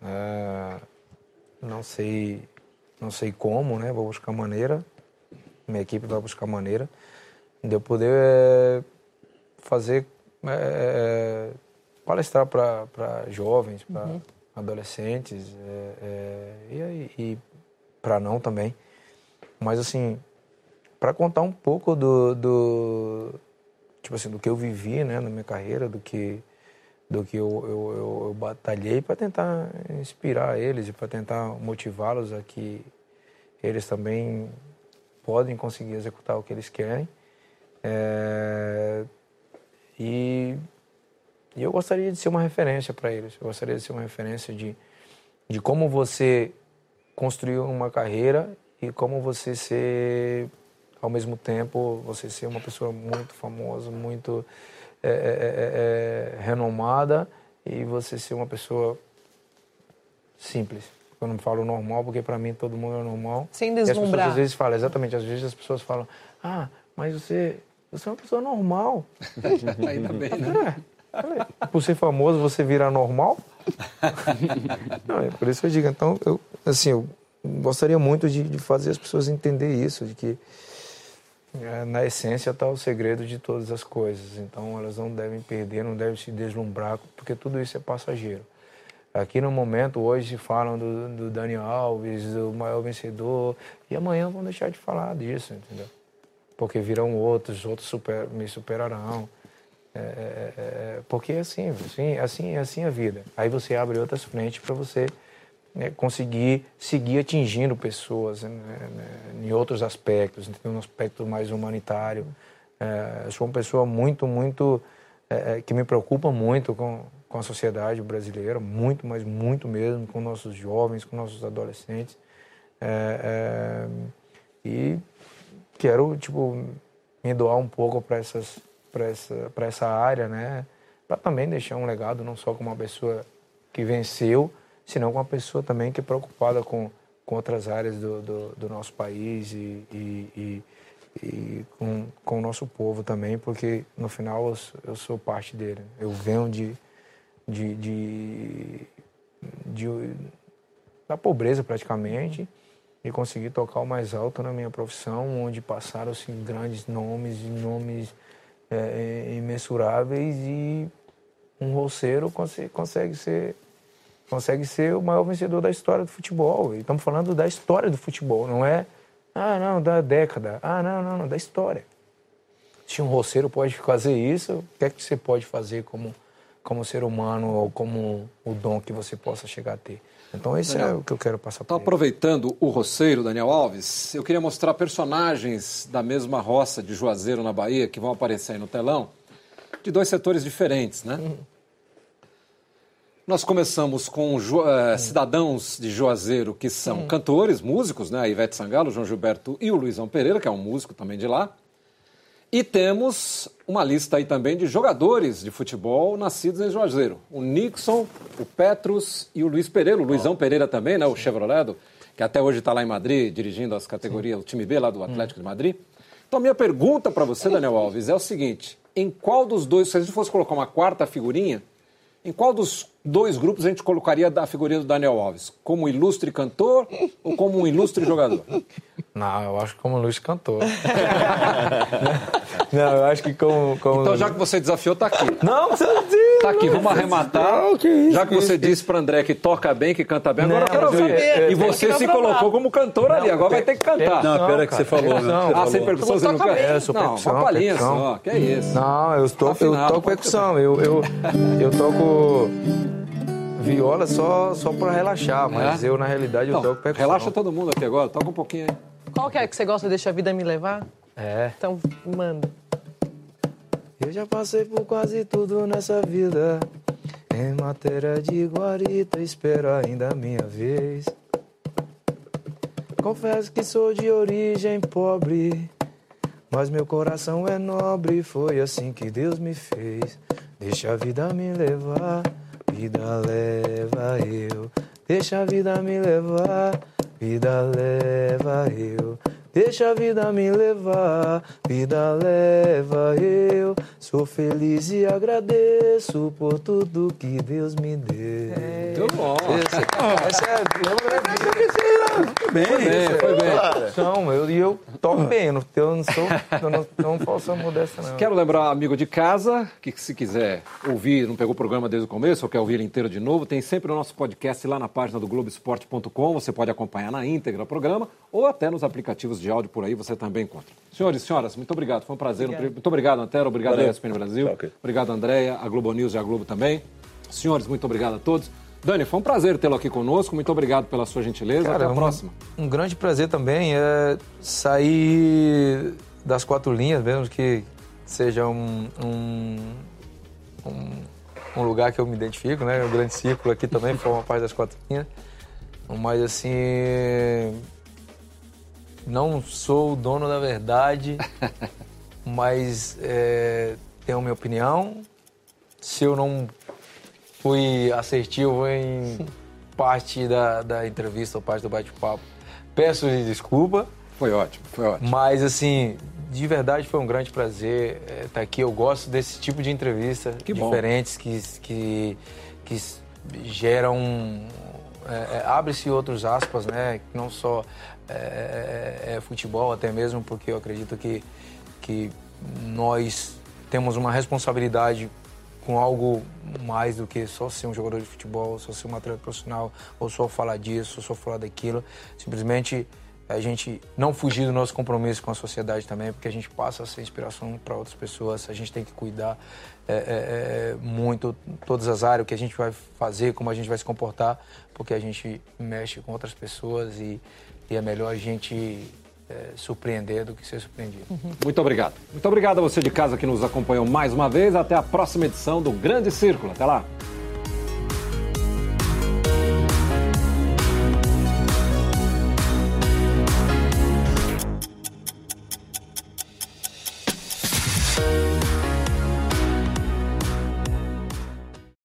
Não sei como, né? Vou buscar maneira, minha equipe vai buscar maneira de eu poder fazer... palestrar para jovens, para adolescentes e para não também. Mas assim, para contar um pouco do que eu vivi, né, na minha carreira, do que eu batalhei para tentar inspirar eles e para tentar motivá-los a que eles também podem conseguir executar o que eles querem. E eu gostaria de ser uma referência para eles. Eu gostaria de ser uma referência de como você construir uma carreira e como você ser, ao mesmo tempo, você ser uma pessoa muito famosa, muito renomada e você ser uma pessoa simples. Eu não falo normal porque para mim todo mundo é normal. Sem deslumbrar. E as pessoas às vezes falam, exatamente, às vezes as pessoas falam, mas você é uma pessoa normal. Ainda bem, né? Por ser famoso, você vira normal? Não, é por isso que eu digo. Então, eu gostaria muito de fazer as pessoas entenderem isso, de que na essência está o segredo de todas as coisas. Então, elas não devem perder, não devem se deslumbrar, porque tudo isso é passageiro. Aqui no momento, hoje falam do Daniel Alves, do maior vencedor, e amanhã vão deixar de falar disso, entendeu? Porque virão outros me superarão. Porque é assim a vida. Aí você abre outras frentes para você conseguir seguir atingindo pessoas em outros aspectos, um aspecto mais humanitário. Eu sou uma pessoa muito que me preocupa muito com a sociedade brasileira, mas muito mesmo, com nossos jovens, com nossos adolescentes. E quero, me doar um pouco para essa área, né? Para também deixar um legado, não só como uma pessoa que venceu, senão com uma pessoa também que é preocupada com outras áreas do nosso país e com o nosso povo também, porque no final eu sou parte dele. Eu venho da pobreza praticamente e consegui tocar o mais alto na minha profissão, onde passaram-se grandes nomes imensuráveis, e um roceiro consegue ser consegue ser o maior vencedor da história do futebol. E estamos falando da história do futebol, não é, da década. Não, da história. Se um roceiro pode fazer isso, o que é que você pode fazer como ser humano ou como o dom que você possa chegar a ter? Então, esse Daniel, é o que eu quero passar para ele. Aproveitando o roceiro, Daniel Alves, eu queria mostrar personagens da mesma roça de Juazeiro, na Bahia, que vão aparecer aí no telão, de 2 setores diferentes, né? Nós começamos com cidadãos de Juazeiro que são cantores, músicos, né? A Ivete Sangalo, o João Gilberto e o Luizão Pereira, que é um músico também de lá. E temos uma lista aí também de jogadores de futebol nascidos em Juazeiro. O Nixon, o Petrus e o Luiz Pereira. O Luizão Pereira também, né? O Chevrolet, que até hoje está lá em Madrid, dirigindo as categorias, o time B lá do Atlético de Madrid. Então, minha pergunta para você, Daniel Alves, é o seguinte. Em qual dos dois, se a gente fosse colocar uma quarta figurinha, em qual dos 2 grupos a gente colocaria a figurinha do Daniel Alves? Como ilustre cantor ou como um ilustre jogador? Não, eu acho que como ilustre cantor. Não, eu acho que como... Então, já que você desafiou, tá aqui. Não, tá aqui, vamos arrematar. Não, que isso, já que você disse para André que toca bem, que canta bem, agora eu quero ouvir. E você se colocou como cantor ali, agora vai ter que cantar. Não, pera que você falou. Sem percussão você não quer? Eu sou percussão. Uma palhinha só, que é isso. Não, eu toco percussão. Eu toco viola só para relaxar, mas eu, na realidade, eu toco percussão. Relaxa todo mundo aqui agora, toca um pouquinho aí. Qual que é que você gosta? Deixa a vida me levar? É. Então, manda. Eu já passei por quase tudo nessa vida. Em matéria de guarita, espero ainda a minha vez. Confesso que sou de origem pobre, mas meu coração é nobre. Foi assim que Deus me fez. Deixa a vida me levar, vida leva eu. Deixa a vida me levar, vida leva eu. Deixa a vida me levar, vida leva eu. Sou feliz e agradeço por tudo que Deus me deu. Muito bom. Essa é a Foi bem. Não, eu toco bem, eu não faço modéstia, não. Quero lembrar, amigo de casa, que se quiser ouvir, não pegou o programa desde o começo, ou quer ouvir ele inteiro de novo, tem sempre o nosso podcast lá na página do Globoesporte.com. Você pode acompanhar na íntegra o programa, ou até nos aplicativos de áudio por aí você também encontra. Senhores e senhoras, muito obrigado. Foi um prazer. Muito obrigado, Antero. Obrigado, ESPN Brasil. Okay. Obrigado, Andréia, a Globo News e a Globo também. Senhores, muito obrigado a todos. Dani, foi um prazer tê-lo aqui conosco. Muito obrigado pela sua gentileza. Cara, até a próxima. Um grande prazer também é sair das 4 linhas, mesmo que seja um lugar que eu me identifico, né? O grande círculo aqui também forma parte das 4 linhas. Mas, assim, não sou o dono da verdade, mas tenho a minha opinião. Se eu não fui assertivo em parte da entrevista ou parte do bate-papo, peço-lhe desculpa. Foi ótimo, foi ótimo. Mas, assim, de verdade foi um grande prazer estar aqui. Eu gosto desse tipo de entrevista diferentes que geram... abre-se outros aspas, né? Não só futebol, até mesmo porque eu acredito que nós temos uma responsabilidade com algo mais do que só ser um jogador de futebol, só ser um atleta profissional, ou só falar disso, ou só falar daquilo. Simplesmente a gente não fugir do nosso compromisso com a sociedade também, porque a gente passa a ser inspiração para outras pessoas. A gente tem que cuidar muito todas as áreas, o que a gente vai fazer, como a gente vai se comportar, porque a gente mexe com outras pessoas e é melhor a gente surpreender do que ser surpreendido. Muito obrigado. Muito obrigado a você de casa que nos acompanhou mais uma vez. Até a próxima edição do Grande Círculo. Até lá.